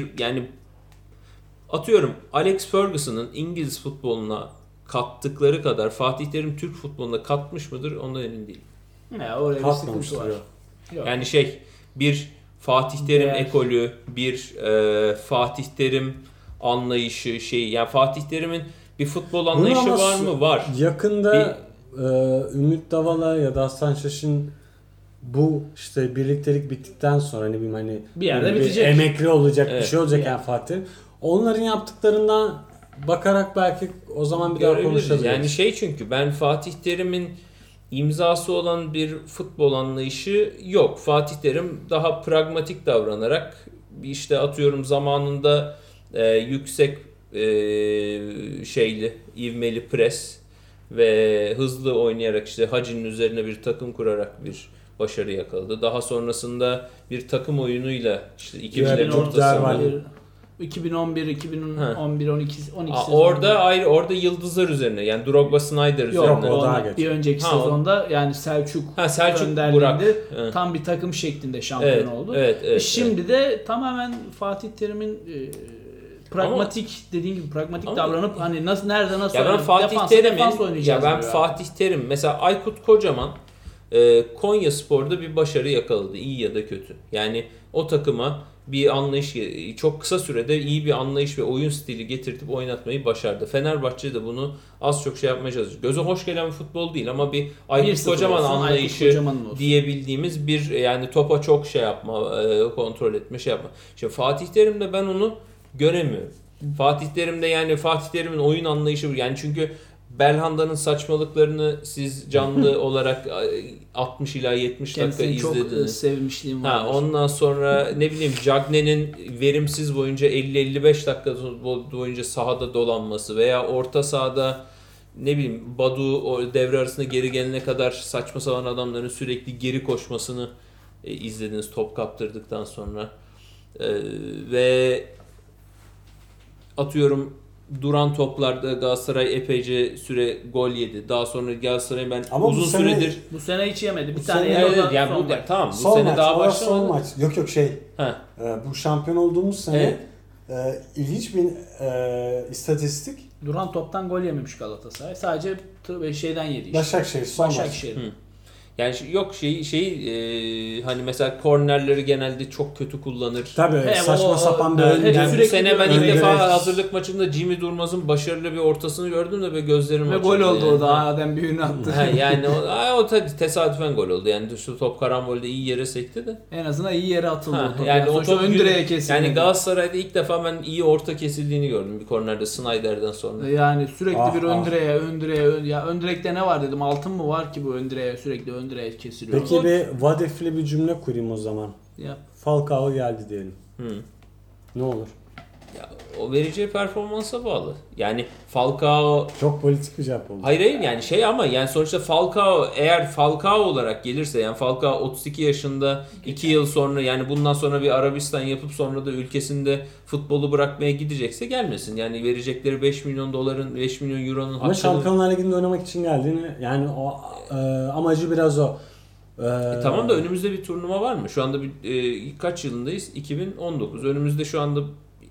atıyorum Alex Ferguson'ın İngiliz futboluna kattıkları kadar Fatih Terim Türk futboluna katmış mıdır ondan emin değilim. Ya oraya bir sıkıntı var. Yok. Yani bir Fatih Terim ekolü, bir Fatih Terim anlayışı yani Fatih Terim'in bir futbol anlayışı var mı? Var. Yakında Ümit Davala ya da Hasan Şaş'ın bu birliktelik bittikten sonra bir yerde bitecek. Emekli olacak bir şey olacak yani Fatih. Onların yaptıklarından bakarak belki o zaman bir daha konuşacağız. Yani çünkü ben Fatih Terim'in imzası olan bir futbol anlayışı yok. Fatih Terim daha pragmatik davranarak atıyorum zamanında yüksek ivmeli pres ve hızlı oynayarak Hacı'nın üzerine bir takım kurarak bir başarı yakaladı. Daha sonrasında bir takım oyunuyla 2000'lerin ortasında 2011, 2011, 12 orada yıldızlar üzerine yani Drogba, Snyder üzerine. Bir önceki sezonda yani Selçuk Burak tam bir takım şeklinde şampiyon oldu. Şimdi de tamamen Fatih Terim'in pragmatik dediğin gibi pragmatik davranıp nerede nasıl defans oynayacağız. Fatih Terim mesela Aykut Kocaman Konyaspor'da bir başarı yakaladı iyi ya da kötü. Yani o takıma bir anlayış, çok kısa sürede iyi bir anlayış ve oyun stili getirtip oynatmayı başardı. Fenerbahçe de bunu az çok yapmaya çalışıyor. Göze hoş gelen bir futbol değil ama bir Aykut Kocaman anlayışı diyebildiğimiz bir yani topa çok kontrol etme yapma. Şimdi Fatih Terim'de ben onu göremiyorum. Fatih Terim'in oyun anlayışı yani çünkü Belhanda'nın saçmalıklarını siz canlı olarak 60 ila 70 dakika Kendisini çok izlediniz. sevmişliğim var. Ondan sonra ne bileyim Cagne'nin verimsiz boyunca 50-55 dakika boyunca sahada dolanması veya orta sahada ne bileyim Badu o devre arasında geri gelene kadar saçma sapan adamların sürekli geri koşmasını izlediniz top kaptırdıktan sonra. Ve atıyorum duran toplarda Galatasaray epeyce süre gol yedi. Daha sonra Galatasaray ben Ama uzun süredir Bu sene hiç yemedi. Bir Bu tane sene- yedi. evet, yani Son bu maç. tamam bu son sene maç, daha orası son başlamadı. maç. Yok Ha. bu şampiyon olduğumuz sene Evet. ilginç bir istatistik. Duran toptan gol yememiş Galatasaray. Sadece şeyden yedi işte. Başakşehir son maç. Başakşehir. Hı. Yani yok hani mesela kornerleri genelde çok kötü kullanır. Tabii saçma sapan bir hep önde. Yani bu sürekli sene ben bir ilk önde defa ve- hazırlık maçında Jimmy Durmaz'ın başarılı bir ortasını gördüm de gözlerim Ve açıldı. gol oldu yani. o da. Adem büyüğünü attı. Yani o tabii tesadüfen gol oldu. Yani şu top karambolde iyi yere sekti de. En azından iyi yere atıldı o top. Yani o sonuçta top ön direğe kesilmedi. Yani Galatasaray'da ilk defa ben iyi orta kesildiğini gördüm bir kornerde Snyder'den sonra. Yani sürekli bir ön Ah. direğe, ya ön direkte ne var dedim. Altın mı var ki bu ön direğe sürekli ön direğe kesiliyor. Peki bir vadifli bir cümle kurayım o zaman. Ya, Falcao geldi diyelim. Hı. Ne olur? Ya, o vereceği performansa bağlı. Yani Falcao Çok politik bir cevap oldu. hayır yani ama yani sonuçta Falcao eğer Falcao olarak gelirse yani Falcao 32 yaşında 2 yıl sonra yani bundan sonra bir Arabistan yapıp sonra da ülkesinde futbolu bırakmaya gidecekse gelmesin. Yani verecekleri 5 milyon doların 5 milyon euronun Ama hakkını... Şampiyonlar Ligi'nde oynamak için geldiğini yani o amacı biraz o. Tamam da önümüzde bir turnuva var mı? Şu anda kaç yılındayız? 2019. Önümüzde şu anda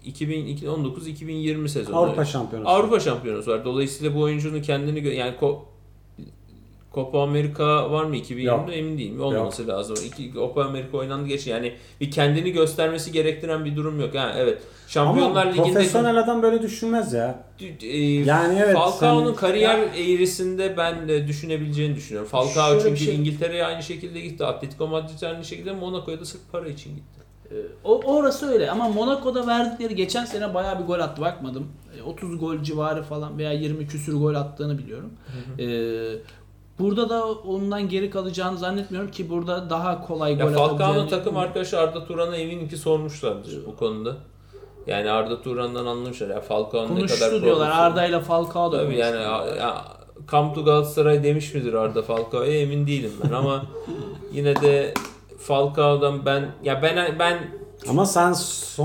2019-2020 sezonu. Avrupa Şampiyonası. Avrupa Şampiyonası var. Dolayısıyla bu oyuncunun kendini yani Copa Amerika var mı 2020'de Yok. emin değilim. Olmaması lazım. Copa Amerika oynandı geçti. Yani bir kendini göstermesi gerektiren bir durum yok. Yani evet. Şampiyonlar Ama Ligi'nde profesyonel adam böyle düşünmez ya. yani Yani evet, Falcao'nun hani- kariyer eğrisinde ben de düşünebileceğini düşünüyorum. Falcao Şöyle çünkü bir şey- İngiltere'ye aynı şekilde gitti. Atletico Madrid'e aynı şekilde Monaco'ya da sırf para için gitti. orası öyle ama Monaco'da verdikleri geçen sene bayağı bir gol attı bakmadım. 30 gol civarı falan veya 20 küsür gol attığını biliyorum. Burada da ondan geri kalacağını zannetmiyorum ki burada daha kolay Ya gol Falcao'nun atabileceğini. takım arkadaşı Arda Turan'a eminim ki sormuşlardır bu konuda. Yani Arda Turan'dan anlamışlar. Ya Falcao'nun ne kadar konuştu diyorlar. profesyonel. Arda ile Falcao da Tabii yani Come to Galatasaray demiş midir Arda Falcao'ya emin değilim ben ama yine de Falcao'dan ben Ama sen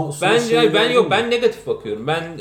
ben negatif bakıyorum. Ben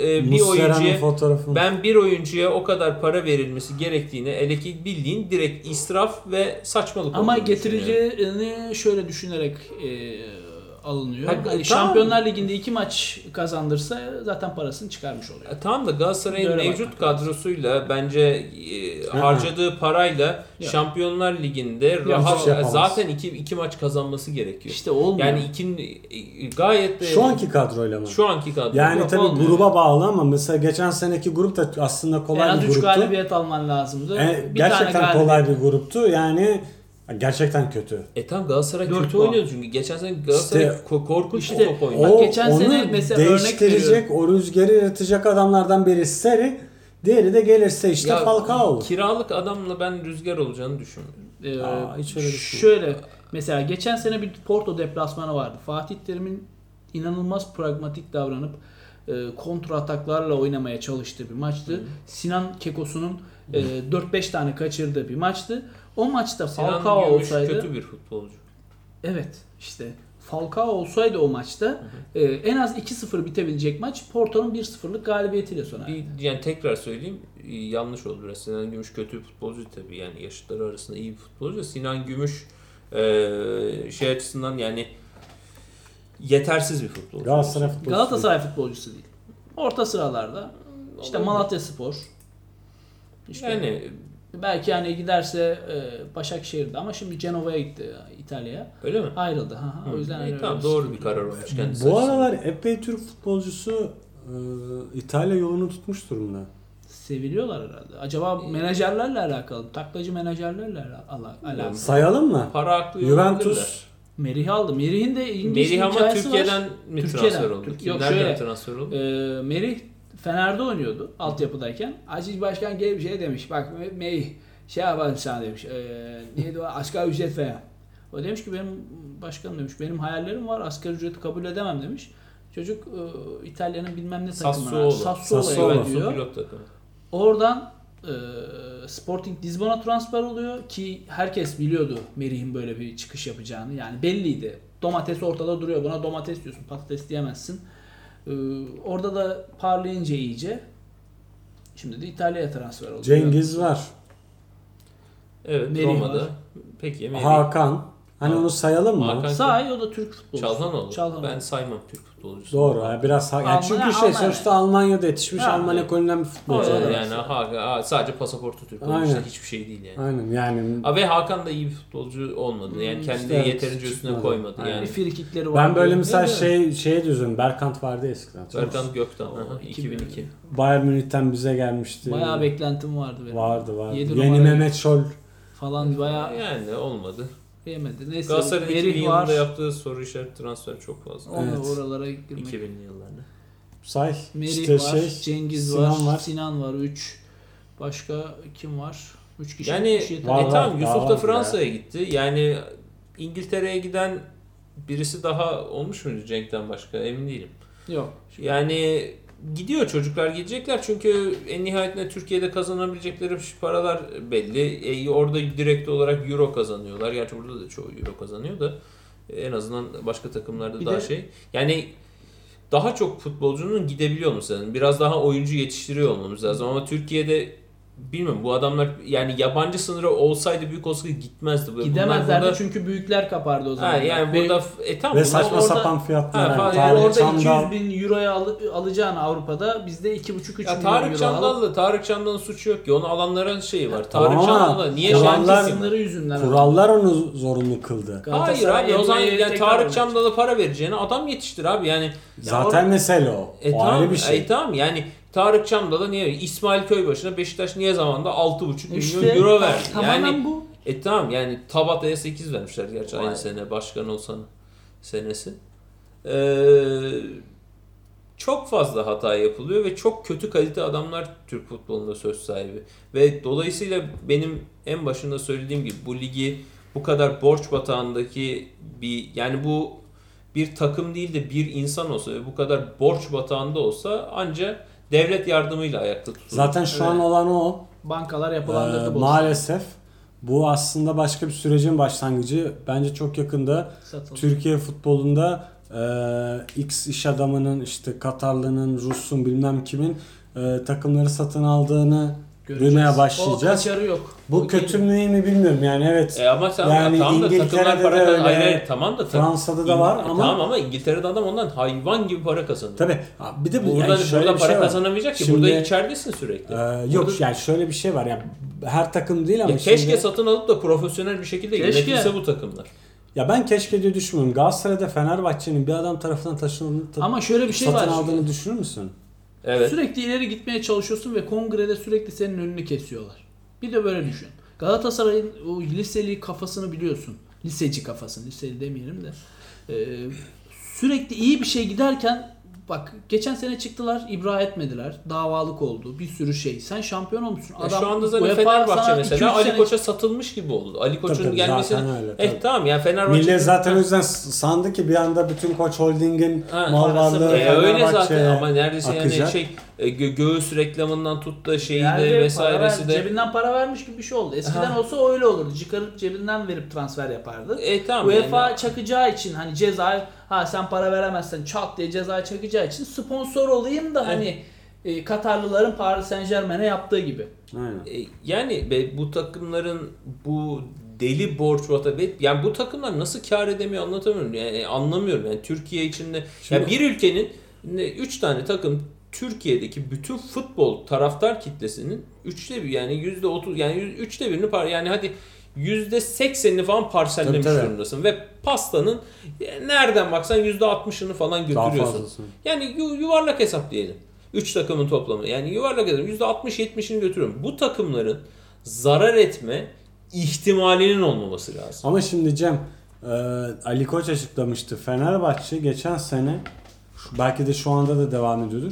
bir oyuncuya o kadar para verilmesi gerektiğini hele ki bildiğin direkt israf ve saçmalık ama olduğunu düşünüyorum. getireceğini şöyle düşünerek alınıyor. Tamam. Hani Şampiyonlar Ligi'nde 2 maç kazandırsa zaten parasını çıkarmış oluyor. Tamam da Galatasaray'ın Böyle mevcut bakmak lazım. kadrosuyla bence harcadığı parayla Yok. Şampiyonlar Ligi'nde hiçbir şey rahat yapamaz. zaten iki maç kazanması gerekiyor. İşte olmuyor. Yani gayet de Şu anki kadroyla mı? şu anki kadro. Yani Yok, tabii olmuyor. gruba bağlı ama mesela geçen seneki grup da aslında en kolay az bir 3 gruptu. galibiyet alman lazımdı. Bir Gerçekten tane galibiyet. kolay bir gruptu. Yani gerçekten kötü. Tamam Galatasaray 4 kötü puan. oynuyor çünkü geçen sene Galatasaray İşte- korkunç İşte bir top oynuyor. Bak geçen onu sene mesela örnek değiştirecek, o rüzgarı yaratacak adamlardan biri Seri, diğeri de gelirse işte Falcao olur. Kiralık adamla ben rüzgar olacağını düşünmüyorum. Hiç öyle düşünmüyorum. Şöyle mesela geçen sene bir Porto deplasmanı vardı. Fatih Terim'in inanılmaz pragmatik davranıp kontra ataklarla oynamaya çalıştığı bir maçtı. Sinan Kekosu'nun 4-5 tane kaçırdığı bir maçtı. O maçta Falcao Sinan Gümüş olsaydı kötü bir futbolcu. evet işte Falcao olsaydı o maçta en az 2-0 bitebilecek maç Porto'nun 1-0'lık galibiyetiyle sona erdi. Yani tekrar söyleyeyim yanlış oldu biraz. Sinan Gümüş kötü bir futbolcu tabii yani yaşıtları arasında iyi bir futbolcu. Sinan Gümüş şey açısından yani yetersiz bir futbolcu. Galatasaray futbolcusu değil. Orta sıralarda işte Malatyaspor. İşte Yani belki yani giderse Başakşehir'de ama şimdi Cenova'ya gitti İtalya'ya. öyle mi? Ayrıldı. O yüzden hani tamam öyle doğru sıkıntı bir karar yok. olmuş kendisi. Bu açısından. aralar epey Türk futbolcusu İtalya yolunu tutmuş durumda. Seviliyorlar herhalde. Acaba menajerlerle alakalı, taklacı menajerlerle alakalı. Sayalım mı? Para haklı Juventus, Merih'i aldı. Merih'in de ilginç Merih bir ama hikayesi Türkiye'den var. mi Türkiye'den. transfer oldu? Yok Nereden şöyle. transfer oldu? Merih Fener'de oynuyordu altyapıdayken. Aziz Başkan gelip şey demiş. Bak şey yapalım sana demiş. Neydi o? Asgari ücret veya. O demiş ki benim başkanım demiş. Benim hayallerim var. Asgari ücreti kabul edemem demiş. Çocuk İtalya'nın bilmem ne takımına. Sassuolo'ya gidiyor. Pilot takımı. Oradan Sporting Lisbon'a transfer oluyor ki herkes biliyordu Merih'in böyle bir çıkış yapacağını. Yani belliydi. Domates ortada duruyor. Buna domates diyorsun. Patates diyemezsin. Orada da parlayınca iyice. Şimdi de İtalya'ya transfer oluyor. Cengiz var. Evet, Merih Roma'da. var. Peki Merih. Hakan. Hani Ha. onu sayalım mı? Hakan. Sahi o da Türk futbolcusu. Çalhanoğlu. Ben saymam Türk futbolcusu. Doğru. Yani biraz yani çünkü Almanya. sonuçta Almanya'da yetişmiş, Ha. Alman ekolünden bir futbolcu. Evet. Yani sadece pasaportu Türk olmuş. Aynen. Hiçbir şey değil yani. Aynen yani. Ve Hakan da iyi bir futbolcu olmadı. Yani kendi İşte evet, yeterince üstüne çıkmadı. koymadı. Yani Yani frikikleri var. Ben böyle mesela Değil mi? şeye diyorsun. Berkant vardı eskiden. Berkant Gökten. O 2002. Bayern Münih'ten bize gelmişti. Bayağı beklentim vardı benim. Vardı. Yedi Yeni numara- Mehmet Scholl. Falan bayağı Yani olmadı. yemedi. Neyse Galatasaray'ın 2000 Merih var. yılında yaptığı soru işareti transfer çok fazla. Onu Evet. oralara girmek. 2000'li yıllarda. Say. Merih işte var, Cengiz Sinan var, Sinan var 3. Başka kim var? 3 kişi. Yani üç yeter. Var, tamam daha Yusuf da var Fransa'ya gitti. Yani İngiltere'ye giden birisi daha olmuş muydu Cenk'ten başka emin değilim. Yok. Yani gidiyor, çocuklar gidecekler çünkü en nihayetinde Türkiye'de kazanabilecekleri paralar belli. Orada direkt olarak euro kazanıyorlar. Gerçi burada da çoğu euro kazanıyor da en azından başka takımlarda Bir daha de- Yani daha çok futbolcunun gidebiliyor olması lazım. Biraz daha oyuncu yetiştiriyor olmamız lazım ama Türkiye'de bilmiyorum, bu adamlar yani yabancı sınırı olsaydı, büyük olsaydı gitmezdi. Bunlar Gidemezlerdi burada- çünkü büyükler kapardı o zaman. Ha, yani Ve- burada tamam, Ve bunlar saçma orada- sapan fiyatlar. Ha, yani. yani Tarık orada Çamdal- 200 bin euroya alacağını Avrupa'da bizde 2,5-3 Ya milyon Tarık euro Çamdal'la Tarık Çamdal'ın suçu yok ki. Onu alanların şeyi var. Tamam Tarık ama Çamdal'la niye kurallar- şansı sınırı yüzünden. Kurallar onu zorunlu kıldı. Hayır Galatasaray abi, o zaman Emre'ye yani tekrar Tarık oynayacak. Çamdal'a para vereceğine adam yetiştir abi yani. Zaten mesele o. O Tamam, ayrı bir şey. tamam yani Tarık Çamdal'a niye İsmail Köybaşı'na Beşiktaş niye zamanında 6,5 milyon İşte euro verdi? tamamen Yani bu. tamam yani Tabata'ya 8 vermişler gerçi aynı Vay. sene başkan olsan senesi. Çok fazla hata yapılıyor ve çok kötü kalite adamlar Türk futbolunda söz sahibi. Ve dolayısıyla benim en başında söylediğim gibi bu ligi bu kadar borç batağındaki yani bu bir takım değil de bir insan olsa ve bu kadar borç batağında olsa ancak devlet yardımıyla ayakta tutulur. Zaten şu an olan o. Bankalar yapılandırdı bu. Maalesef bu aslında başka bir sürecin başlangıcı. Bence çok yakında Satıldı. Türkiye futbolunda X iş adamının, işte Katarlı'nın, Rus'un, bilmem kimin takımları satın aldığını Göreceğiz. duymaya başlayacağız. O kaçarı yok. Bu O kötü mü iyi mi bilmiyorum yani, evet. Ama tamam, Yani tamam da İngiltere'de takımlar para de öyle, hayır, tamam da Fransa'da da var ama tamam ama İngiltere'de adam ondan hayvan gibi para kazanıyor. tabii. Bir de Burada, yani şöyle burada bir para şey var. kazanamayacak ki. Şimdi- Burada içeridesin sürekli. Yok Burada- yani şöyle bir şey var ya, her takım değil ama Ya keşke şimdi- satın alıp da profesyonel bir şekilde Keşke. yönetilse bu takımlar. Ya ben keşke diye düşünmüyorum. Galatasaray'da Fenerbahçe'nin bir adam tarafından taşınıldığını Ama şöyle bir şey satın var. aldığını düşünür müsün? Evet. Sürekli ileri gitmeye çalışıyorsun ve kongrede sürekli senin önünü kesiyorlar. Bir de böyle düşün. Galatasaray'ın o liseli kafasını biliyorsun. Liseci kafasını, liseli demeyelim de. Sürekli iyi bir şey giderken bak geçen sene çıktılar, ibra etmediler. Davalık oldu. Bir sürü şey. Sen şampiyon olmuşsun. Şu anda zaten UEFA Fenerbahçe sana mesela 2-3 Ali sene- Koç'a satılmış gibi oldu. Ali Koç'un Tabii, gelmesini... zaten öyle, tabii. Tamam yani Fenerbahçe... Millet zaten o yüzden sandı ki bir anda bütün Koç Holding'in Ha, mal parası varlığı öyle zaten Fenerbahçe'ye ama neredeyse akacak. yani göğüs reklamından tut da şeyi Yani de para vesairesi ver- de... cebinden para vermiş gibi bir şey oldu. Eskiden olsa öyle olurdu. Çıkarıp cebinden verip transfer yapardı. Tamam UEFA yani. çakacağı için hani ceza, sen para veremezsen çat diye ceza çakacağı için sponsor olayım da hani Katarlıların Paris Saint-Germain'e yaptığı gibi. Aynen. Yani bu takımların bu deli borç vata ve yani bu takımlar nasıl kar edemiyor anlatamıyorum. Yani anlamıyorum. Yani Türkiye içinde Şimdi- yani bir ülkenin 3 tane takım Türkiye'deki bütün futbol taraftar kitlesinin 3'te bir yani %30 yani 3'te birini yani hadi %80'ini falan parsellemiş Tabii, tabii. durumdasın ve pastanın nereden baksan %60'ını falan Daha götürüyorsun. fazlasını. Yani yuvarlak hesap diyelim. 3 takımın toplamı. Yani yuvarlak hesap %60-70'ini götürüyorum. Bu takımların zarar etme ihtimalinin olmaması lazım. Ama şimdi Cem, Ali Koç açıklamıştı. Fenerbahçe geçen sene, belki de şu anda da devam ediyordur,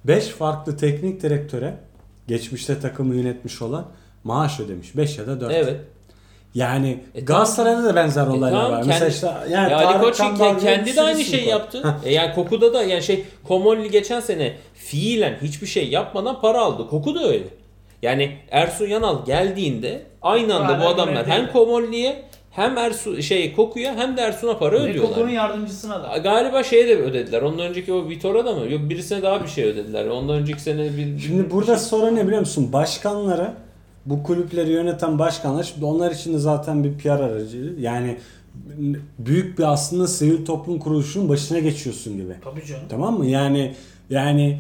5 farklı teknik direktöre geçmişte takımı yönetmiş olan maaş ödemiş. 5 ya da 4. Evet. Yani Galatasaray'da da benzer olaylar tamam, var. Mesela işte yani ya Ali Tarık Koç Kandal gibi kendi bir de aynı sürü şeyi var. yaptı. Yani Koku'da da yani Komolli geçen sene fiilen hiçbir şey yapmadan para aldı. Koku da öyle. Yani Ersun Yanal geldiğinde aynı anda bu Hala adamlar görevli. hem Komolli'ye hem Koku'ya hem de Ersun'a para Ve ödüyorlar. Koku'nun yardımcısına da. Galiba şeye de ödediler. Ondan önceki o Vitor'a da mı? Yok, birisine daha bir şey ödediler. Ondan önceki sene Şimdi burada sorun ne biliyor musun? Başkanlara, bu kulüpleri yöneten başkanlar, şimdi onlar için de zaten bir PR aracı. Yani büyük bir aslında sivil toplum kuruluşunun başına geçiyorsun gibi. Tabii canım. Tamam mı? Yani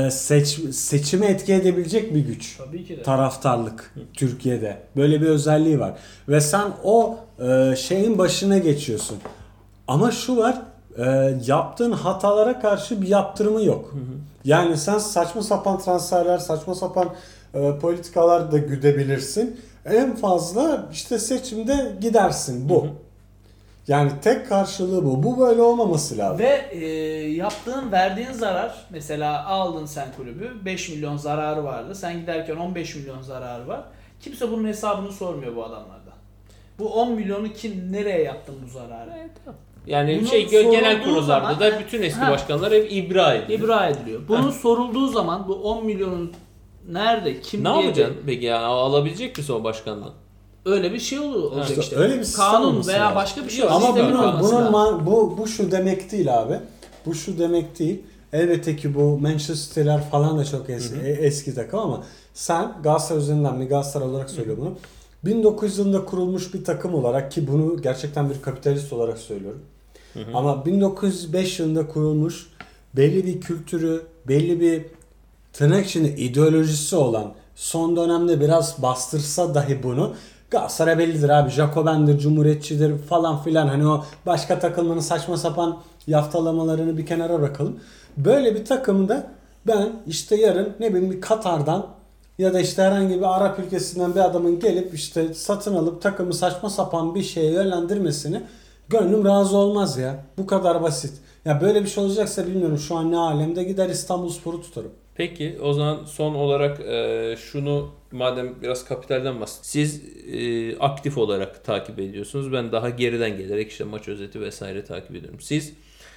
seçime etki edebilecek bir güç. Tabii ki de. Taraftarlık Türkiye'de. Böyle bir özelliği var. Ve sen o şeyin başına geçiyorsun. Ama şu var, yaptığın hatalara karşı bir yaptırımı yok. Yani sen saçma sapan transferler, saçma sapan politikalar da güdebilirsin. En fazla işte seçimde gidersin. Bu. Yani tek karşılığı bu. Bu böyle olmaması lazım. Ve verdiğin zarar, mesela aldın sen kulübü, 5 milyon zararı vardı. Sen giderken 15 milyon zararı var. Kimse bunun hesabını sormuyor bu adamlardan. Bu 10 milyonu nereye yaptın bu zararı? yani Bunun genel sorulduğu kurullarda zaman- da bütün eski başkanlar hep ibra ediyor. İbra ediliyor. Bunun sorulduğu zaman bu 10 milyonun nerede, kim Ne diye yapacaksın peki ya? Alabilecek misin o başkandan? öyle bir şey olacak İşte işte. öyle bir sistem Kanun olması veya lazım. başka bir şey Yok, Ama sistemin bunun- olması lazım. bu şu demek değil abi. Bu şu demek değil. Elbette ki bu Manchester City'ler falan da çok eski takım ama sen Galatasaray üzerinden bir Galatasaray olarak söylüyorum bunu. 1900 yılında kurulmuş bir takım olarak, ki bunu gerçekten bir kapitalist olarak söylüyorum. Ama 1905 yılında kurulmuş, belli bir kültürü, belli bir tırnak içinde ideolojisi olan, son dönemde biraz bastırsa dahi bunu, Galatasaray bellidir abi, Jacoben'dir, Cumhuriyetçidir falan filan, hani o başka takımların saçma sapan yaftalamalarını bir kenara bırakalım. Böyle bir takımda ben işte yarın ne bileyim bir Katar'dan ya da işte herhangi bir Arap ülkesinden bir adamın gelip işte satın alıp takımı saçma sapan bir şeye yönlendirmesini gönlüm razı olmaz ya. Bu kadar basit. Ya böyle bir şey olacaksa bilmiyorum şu an ne alemde, gider İstanbulspor'u tutarım. Peki o zaman son olarak şunu, madem biraz kapitalden bahsettik. Siz aktif olarak takip ediyorsunuz. Ben daha geriden gelerek işte maç özeti vesaire takip ediyorum. Siz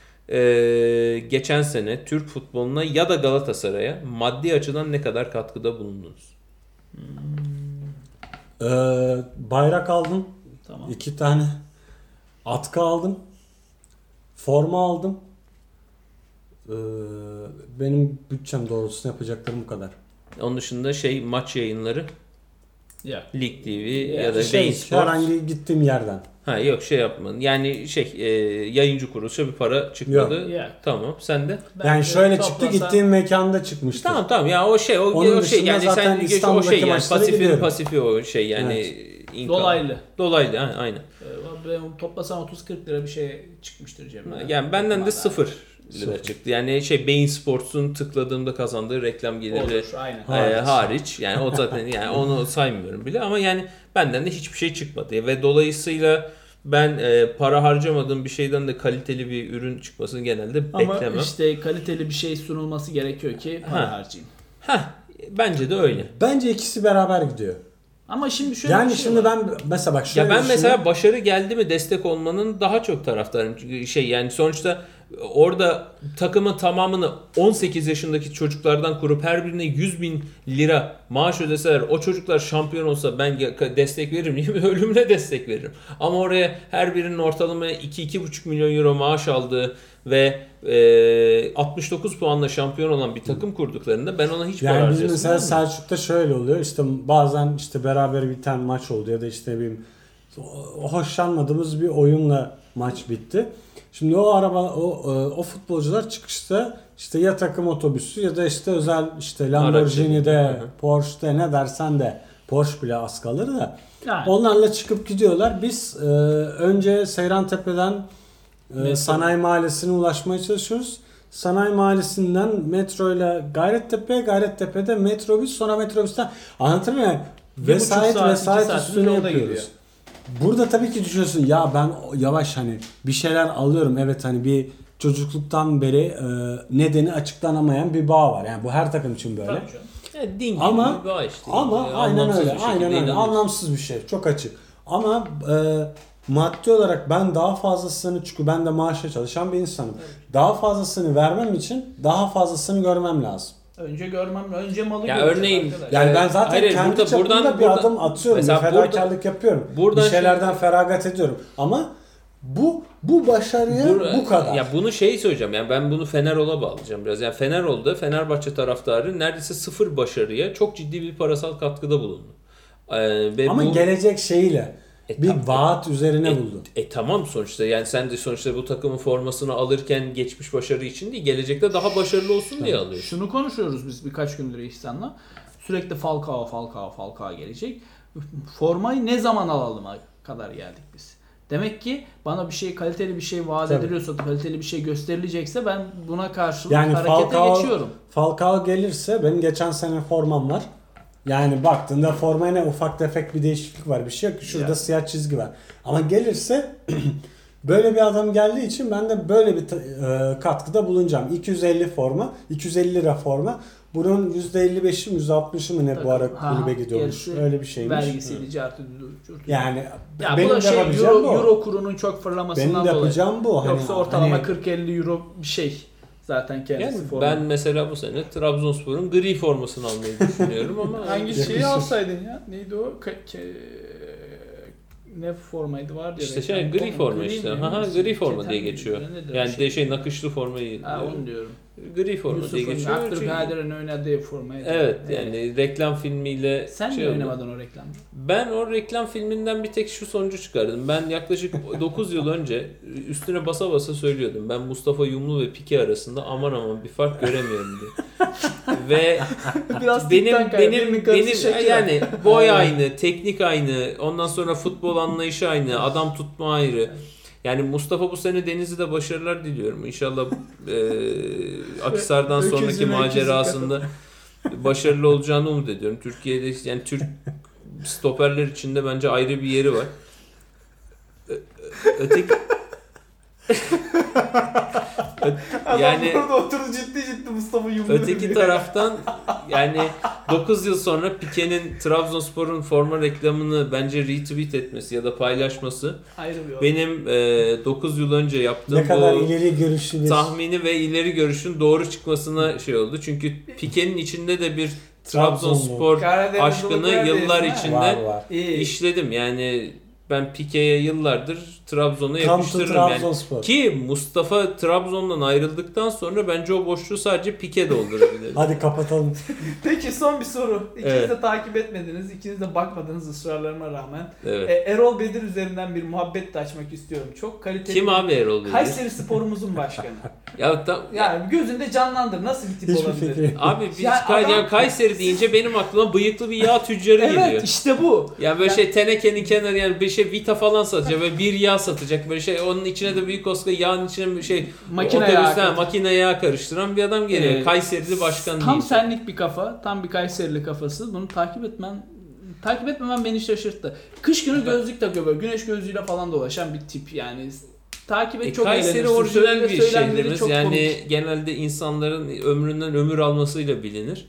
geçen sene Türk futboluna ya da Galatasaray'a maddi açıdan ne kadar katkıda bulundunuz? Bayrak aldım. Tamam. 2 tane. Atkı aldım. Forma aldım. Benim bütçem doğrultusunda yapacaklarım bu kadar. Onun dışında maç yayınları, Ya. Lig TV ya da Şey, Bein Sports. herhangi gittiğim yerden. Ha yok yapmadın. Yani yayıncı kuruluşa bir para çıkmadı. Yok. Tamam. Sen de? Yani şöyle toplasan- çıktı, gittiğim mekanda çıkmıştı. Tamam ya o Onun o dışında yani zaten sen İstanbul'daki yani maçlara gidiyorum. pasifi o yani Dolaylı. Dolaylı aynen. Ben toplasan 30-40 lira bir şey çıkmıştır cebimden. Yani benden de 0 lira Sıfır. çıktı. Yani Bein Sports'un tıkladığımda kazandığı reklam geliri Olur, aynen. hariç. Yani o zaten yani onu saymıyorum bile ama yani benden de hiçbir şey çıkmadı. Ve dolayısıyla ben para harcamadığım bir şeyden de kaliteli bir ürün çıkmasını genelde Ama beklemem. işte kaliteli bir şey sunulması gerekiyor ki para harcayayım. Bence de öyle. Bence ikisi beraber gidiyor. Ama şimdi şöyle Yani bir şey şimdi var. ben mesela bak şöyle Ya ben düşünüyorum. mesela başarı geldi mi destek olmanın daha çok taraftarım. Çünkü yani sonuçta orada takımın tamamını 18 yaşındaki çocuklardan kurup her birine 100 bin lira maaş ödeseler, o çocuklar şampiyon olsa ben destek veririm. Niye? Ölümüne destek veririm. Ama oraya her birinin ortalama 2-2,5 milyon euro maaş aldığı ve 69 puanla şampiyon olan bir takım kurduklarında ben ona hiç para Yani biz harcasın. mesela Selçuk'ta şöyle oluyor. İşte bazen işte beraber biten maç oldu ya da işte bir hoşlanmadığımız bir oyunla maç bitti. Şimdi o futbolcular çıkışta işte ya takım otobüsü ya da işte özel işte Lamborghini'de, Araç. Porsche'de ne dersen de, Porsche bile az kalır da Yani. onlarla çıkıp gidiyorlar. Biz önce Seyrantepe'den Sanayi Mahallesi'ne ulaşmaya çalışıyoruz. Sanayi Mahallesi'nden metroyla Gayrettepe'ye, Gayrettepe'de metrobüs, sonra metrobüsten, anlatabiliyor muyum? Vesayet 2 saat üstüne yolda yapıyoruz. gidiyor. Burada tabii ki düşünüyorsun ya ben yavaş hani bir şeyler alıyorum, evet hani bir çocukluktan beri nedeni açıklanamayan bir bağ var. Yani bu her takım için böyle. Tabii canım. Yani din gibi Ama bir bağ işte. ama Yani aynen anlamsız öyle. bir şekilde Aynen öyle. inanıyorsun. Anlamsız bir şey. Çok açık. Ama maddi olarak ben daha fazlasını, çünkü ben de maaşla çalışan bir insanım. Daha fazlasını vermem için daha fazlasını görmem lazım. Önce görmem, önce malı Ya göreceğim örneğin- arkadaş. Yani ben zaten Hayır, kendi burada- çapımda buradan- bir adım atıyorum. Bir mesela fedakarlık yapıyorum. buradan Bir şeylerden feragat ediyorum. Ama bu başarıya bu kadar. Ya bunu şey söyleyeceğim, yani ben bunu Fenerol'a bağlayacağım biraz. Yani Fenerol'da Fenerbahçe taraftarı neredeyse sıfır başarıya çok ciddi bir parasal katkıda bulundu. Ve Ama bu, gelecek şeyiyle bir tabii. vaat üzerine buldu. Tamam, sonuçta yani sen de sonuçta bu takımın formasını alırken geçmiş başarı için değil, gelecekte daha başarılı olsun diye alıyorsun. Şunu konuşuyoruz biz birkaç gündür İhsan'la. Sürekli Falcao gelecek. Formayı ne zaman alalım'a kadar geldik biz. Demek ki bana bir şey, kaliteli bir şey vaat Tabii. ediliyorsa, kaliteli bir şey gösterilecekse ben buna karşılık Yani harekete geçiyorum. Falcao gelirse, benim geçen sene formam var. Yani baktığında formaya ne ufak tefek bir değişiklik var, bir şey yok. Şurada Yani. siyah çizgi var. Ama gelirse böyle bir adam geldiği için ben de böyle bir katkıda bulunacağım. 250 forma, 250 lira forma. Bunun %55'i mi %60'ı mı ne bu ara kulübe gidiyormuş. Gerisi Öyle bir şeymiş. Vergisiydi, cartı. Yani Ya benim bu da de yapabileceğim bu. Euro kurunun çok Benim fırlamasından de dolayı. yapacağım bu. Yoksa ortalama hani 40-50 euro bir şey zaten kendisi Yani forma. ben mesela bu sene Trabzonspor'un gri formasını almayı düşünüyorum ama Hangi Yakışır. şeyi alsaydın ya? Neydi o? Ne formaydı vardı ya. işte reklam. gri forma işte. mi? Ha, gri forma Keten diye mi? geçiyor. Nedir Yani o de şey nakışlı formayı. Ha, onu diyorum. Gri forma diye Yusuf'un geçiyor. Çünkü- Abdülkadir'in oynadığı formaydı. Evet, yani reklam filmiyle Sen şey mi oldu. oynamadın o reklamda? Ben o reklam filminden bir tek şu sonucu çıkardım. Ben yaklaşık 9 yıl önce üstüne basa basa söylüyordum. Ben Mustafa Yumlu ve Pike arasında aman bir fark göremiyorum diye. Ve Biraz benim yani boy aynı, teknik aynı, ondan sonra futbol anlayışı aynı, adam tutma ayrı. Yani Mustafa bu sene Denizli'de başarılar diliyorum. İnşallah Akhisar'dan sonraki Öküzüne macerasında başarılı olacağını umut ediyorum. Türkiye'de yani Türk stoperler içinde bence ayrı bir yeri var. Öteki yani burada oturdu ciddi Mustafa Yumru. öteki taraftan yani 9 yıl sonra Pique'nin Trabzonspor'un forma reklamını bence retweet etmesi ya da paylaşması Ayrı bir benim 9 yıl önce yaptığım ne kadar bu ileri görüşlü bir tahmini ve ileri görüşün doğru çıkmasına şey oldu. Çünkü Pique'nin içinde de bir Trabzonspor Karadeniz aşkını bulutlar yıllar diyorsun ha. içinde var. İyi. işledim. Yani ben Pique'ye yıllardır Trabzon'a Come to yapıştırırım. Yani Trabzonspor. ki Mustafa Trabzon'dan ayrıldıktan sonra bence o boşluğu sadece Pique doldurabilir. Hadi kapatalım. Peki son bir soru. İkiniz Evet. de takip etmediniz, ikiniz de bakmadınız ısrarlarıma rağmen. Evet. Erol Bedir üzerinden bir muhabbet de açmak istiyorum. Çok kaliteli. Kim abi Erol Bedir? Kayseri Spor'umuzun başkanı. Ya Yani gözünde canlandır. Nasıl bir tip Hiçbir olabilir? fikrim. abi biz Ya adam- yani Kayseri deyince benim aklıma bıyıklı bir yağ tüccarı Evet geliyor. işte bu. Yani böyle Ya- şey tenekenin kenarı yani bir şey Vita falan satacak böyle bir yağ satacak böyle şey onun içine de büyük koska yağın içine bir şey Makine yağı otobüsten karıştı. makine yağı karıştıran bir adam geliyor. Evet. Kayserili başkan Tam değil. senlik bir kafa, tam bir Kayserili kafası. Bunu takip etmemem beni şaşırttı. Kış günü gözlük takıyor böyle. Güneş gözlüğüyle falan dolaşan bir tip yani. Takip et çok Kayseri eğlenirsin. orijinal bir Söylemleri şehrimiz. çok Yani komik. genelde insanların ömründen ömür almasıyla bilinir.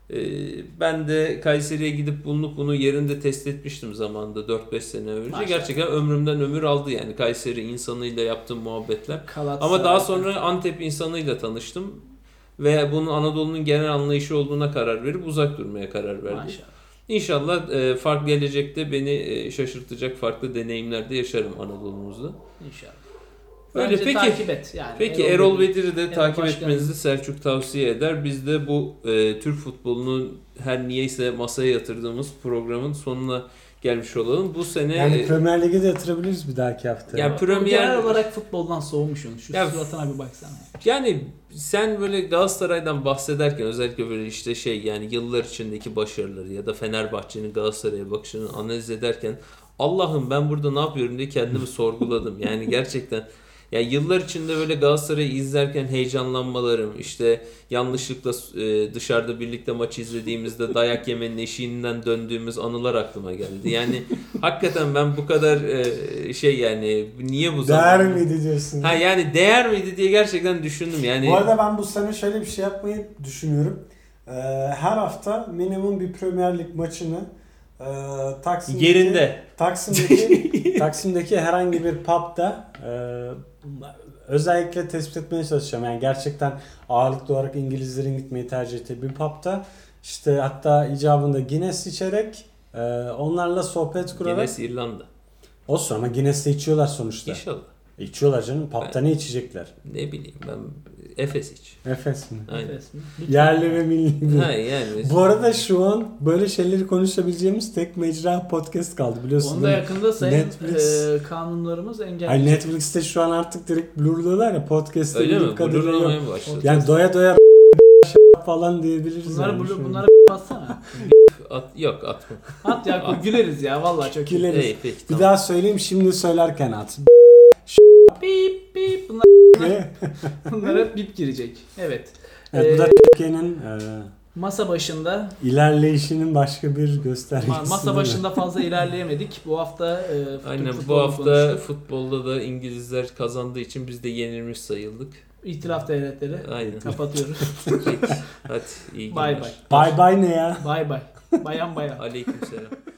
Ben de Kayseri'ye gidip bunu yerinde test etmiştim zamanında 4-5 sene önce. Maşallah. Gerçekten ömrümden ömür aldı yani Kayseri insanıyla yaptığım muhabbetler. Galatasaray. Ama daha sonra Antep insanıyla tanıştım. Ve bunun Anadolu'nun genel anlayışı olduğuna karar verip uzak durmaya karar verdim. Maşallah. İnşallah fark gelecekte beni şaşırtacak farklı deneyimlerde yaşarım Anadolu'muzda. İnşallah. Öyle, Bence peki. takip et yani. Peki Erol Bedir. Bedir'i de Genel takip başkanı. etmenizi Selçuk tavsiye eder. Biz de bu Türk futbolunun her niyeyse masaya yatırdığımız programın sonuna gelmiş olalım. Bu sene Yani Premier Lig'e de yatırabiliriz bir dahaki hafta. Ya Premier Genel olarak futboldan soğumuşsun. Şu Ya- suratına bir baksana. yani sen böyle Galatasaray'dan bahsederken özellikle böyle işte şey yani yıllar içindeki başarıları ya da Fenerbahçe'nin Galatasaray'a bakışını analiz ederken Allah'ım ben burada ne yapıyorum diye kendimi sorguladım. Yani gerçekten Yani yıllar içinde böyle Galatasaray'ı izlerken heyecanlanmalarım, işte yanlışlıkla dışarıda birlikte maç izlediğimizde dayak yemenin eşiğinden döndüğümüz anılar aklıma geldi. Yani hakikaten ben bu kadar yani niye bu zaman... Değer miydi diyorsun? Ha yani değer miydi diye gerçekten düşündüm yani. Bu arada ben bu sene şöyle bir şey yapmayı düşünüyorum. Her hafta minimum bir Premier Lig maçını Taksim'deki herhangi bir pub'da özellikle tespit etmeye çalışacağım. Yani gerçekten ağırlıklı olarak İngilizlerin gitmeyi tercih ettiği bir pub'da işte hatta icabında Guinness içerek onlarla sohbet kurarak. Guinness İrlanda. Olsun ama Guinness'te içiyorlar sonuçta. İnşallah. İçiyorlar canım. Pub'da ne içecekler? Ne bileyim ben Efes iç. Efes mi? Aynen. Efes mi? Yerli ve milli. Ha yani. Bu arada şu an böyle şeyleri konuşabileceğimiz tek mecra podcast kaldı biliyorsun. Onu da yakında sayın Netflix, kanunlarımız engelleyecek. Hayır, Netflix'te şu an artık direkt blurluyorlar ya podcast'te. Öyle mi? Blurlamaya mı başladı? Yani doya doya falan diyebiliriz. Bunları bassana. Yok atma. At ya güleriz ya vallahi çok güleriz. İyi, peki, bir tamam. daha söyleyeyim şimdi söylerken at. Bip bip bunlara bip girecek. Evet. Evet, bu da Türkiye'nin masa başında ilerleyişinin başka bir göstergesi. Masa başında fazla ilerleyemedik. Bu hafta aynen bu hafta futbolda da İngilizler kazandığı için biz de yenilmiş sayıldık. İtilaf devletleri. Aynen. Kapatıyoruz. Peki. Hadi iyi günler. Bay bay. Bay bay ne ya? Bay bay. Bayan bayan. Aleykümselam.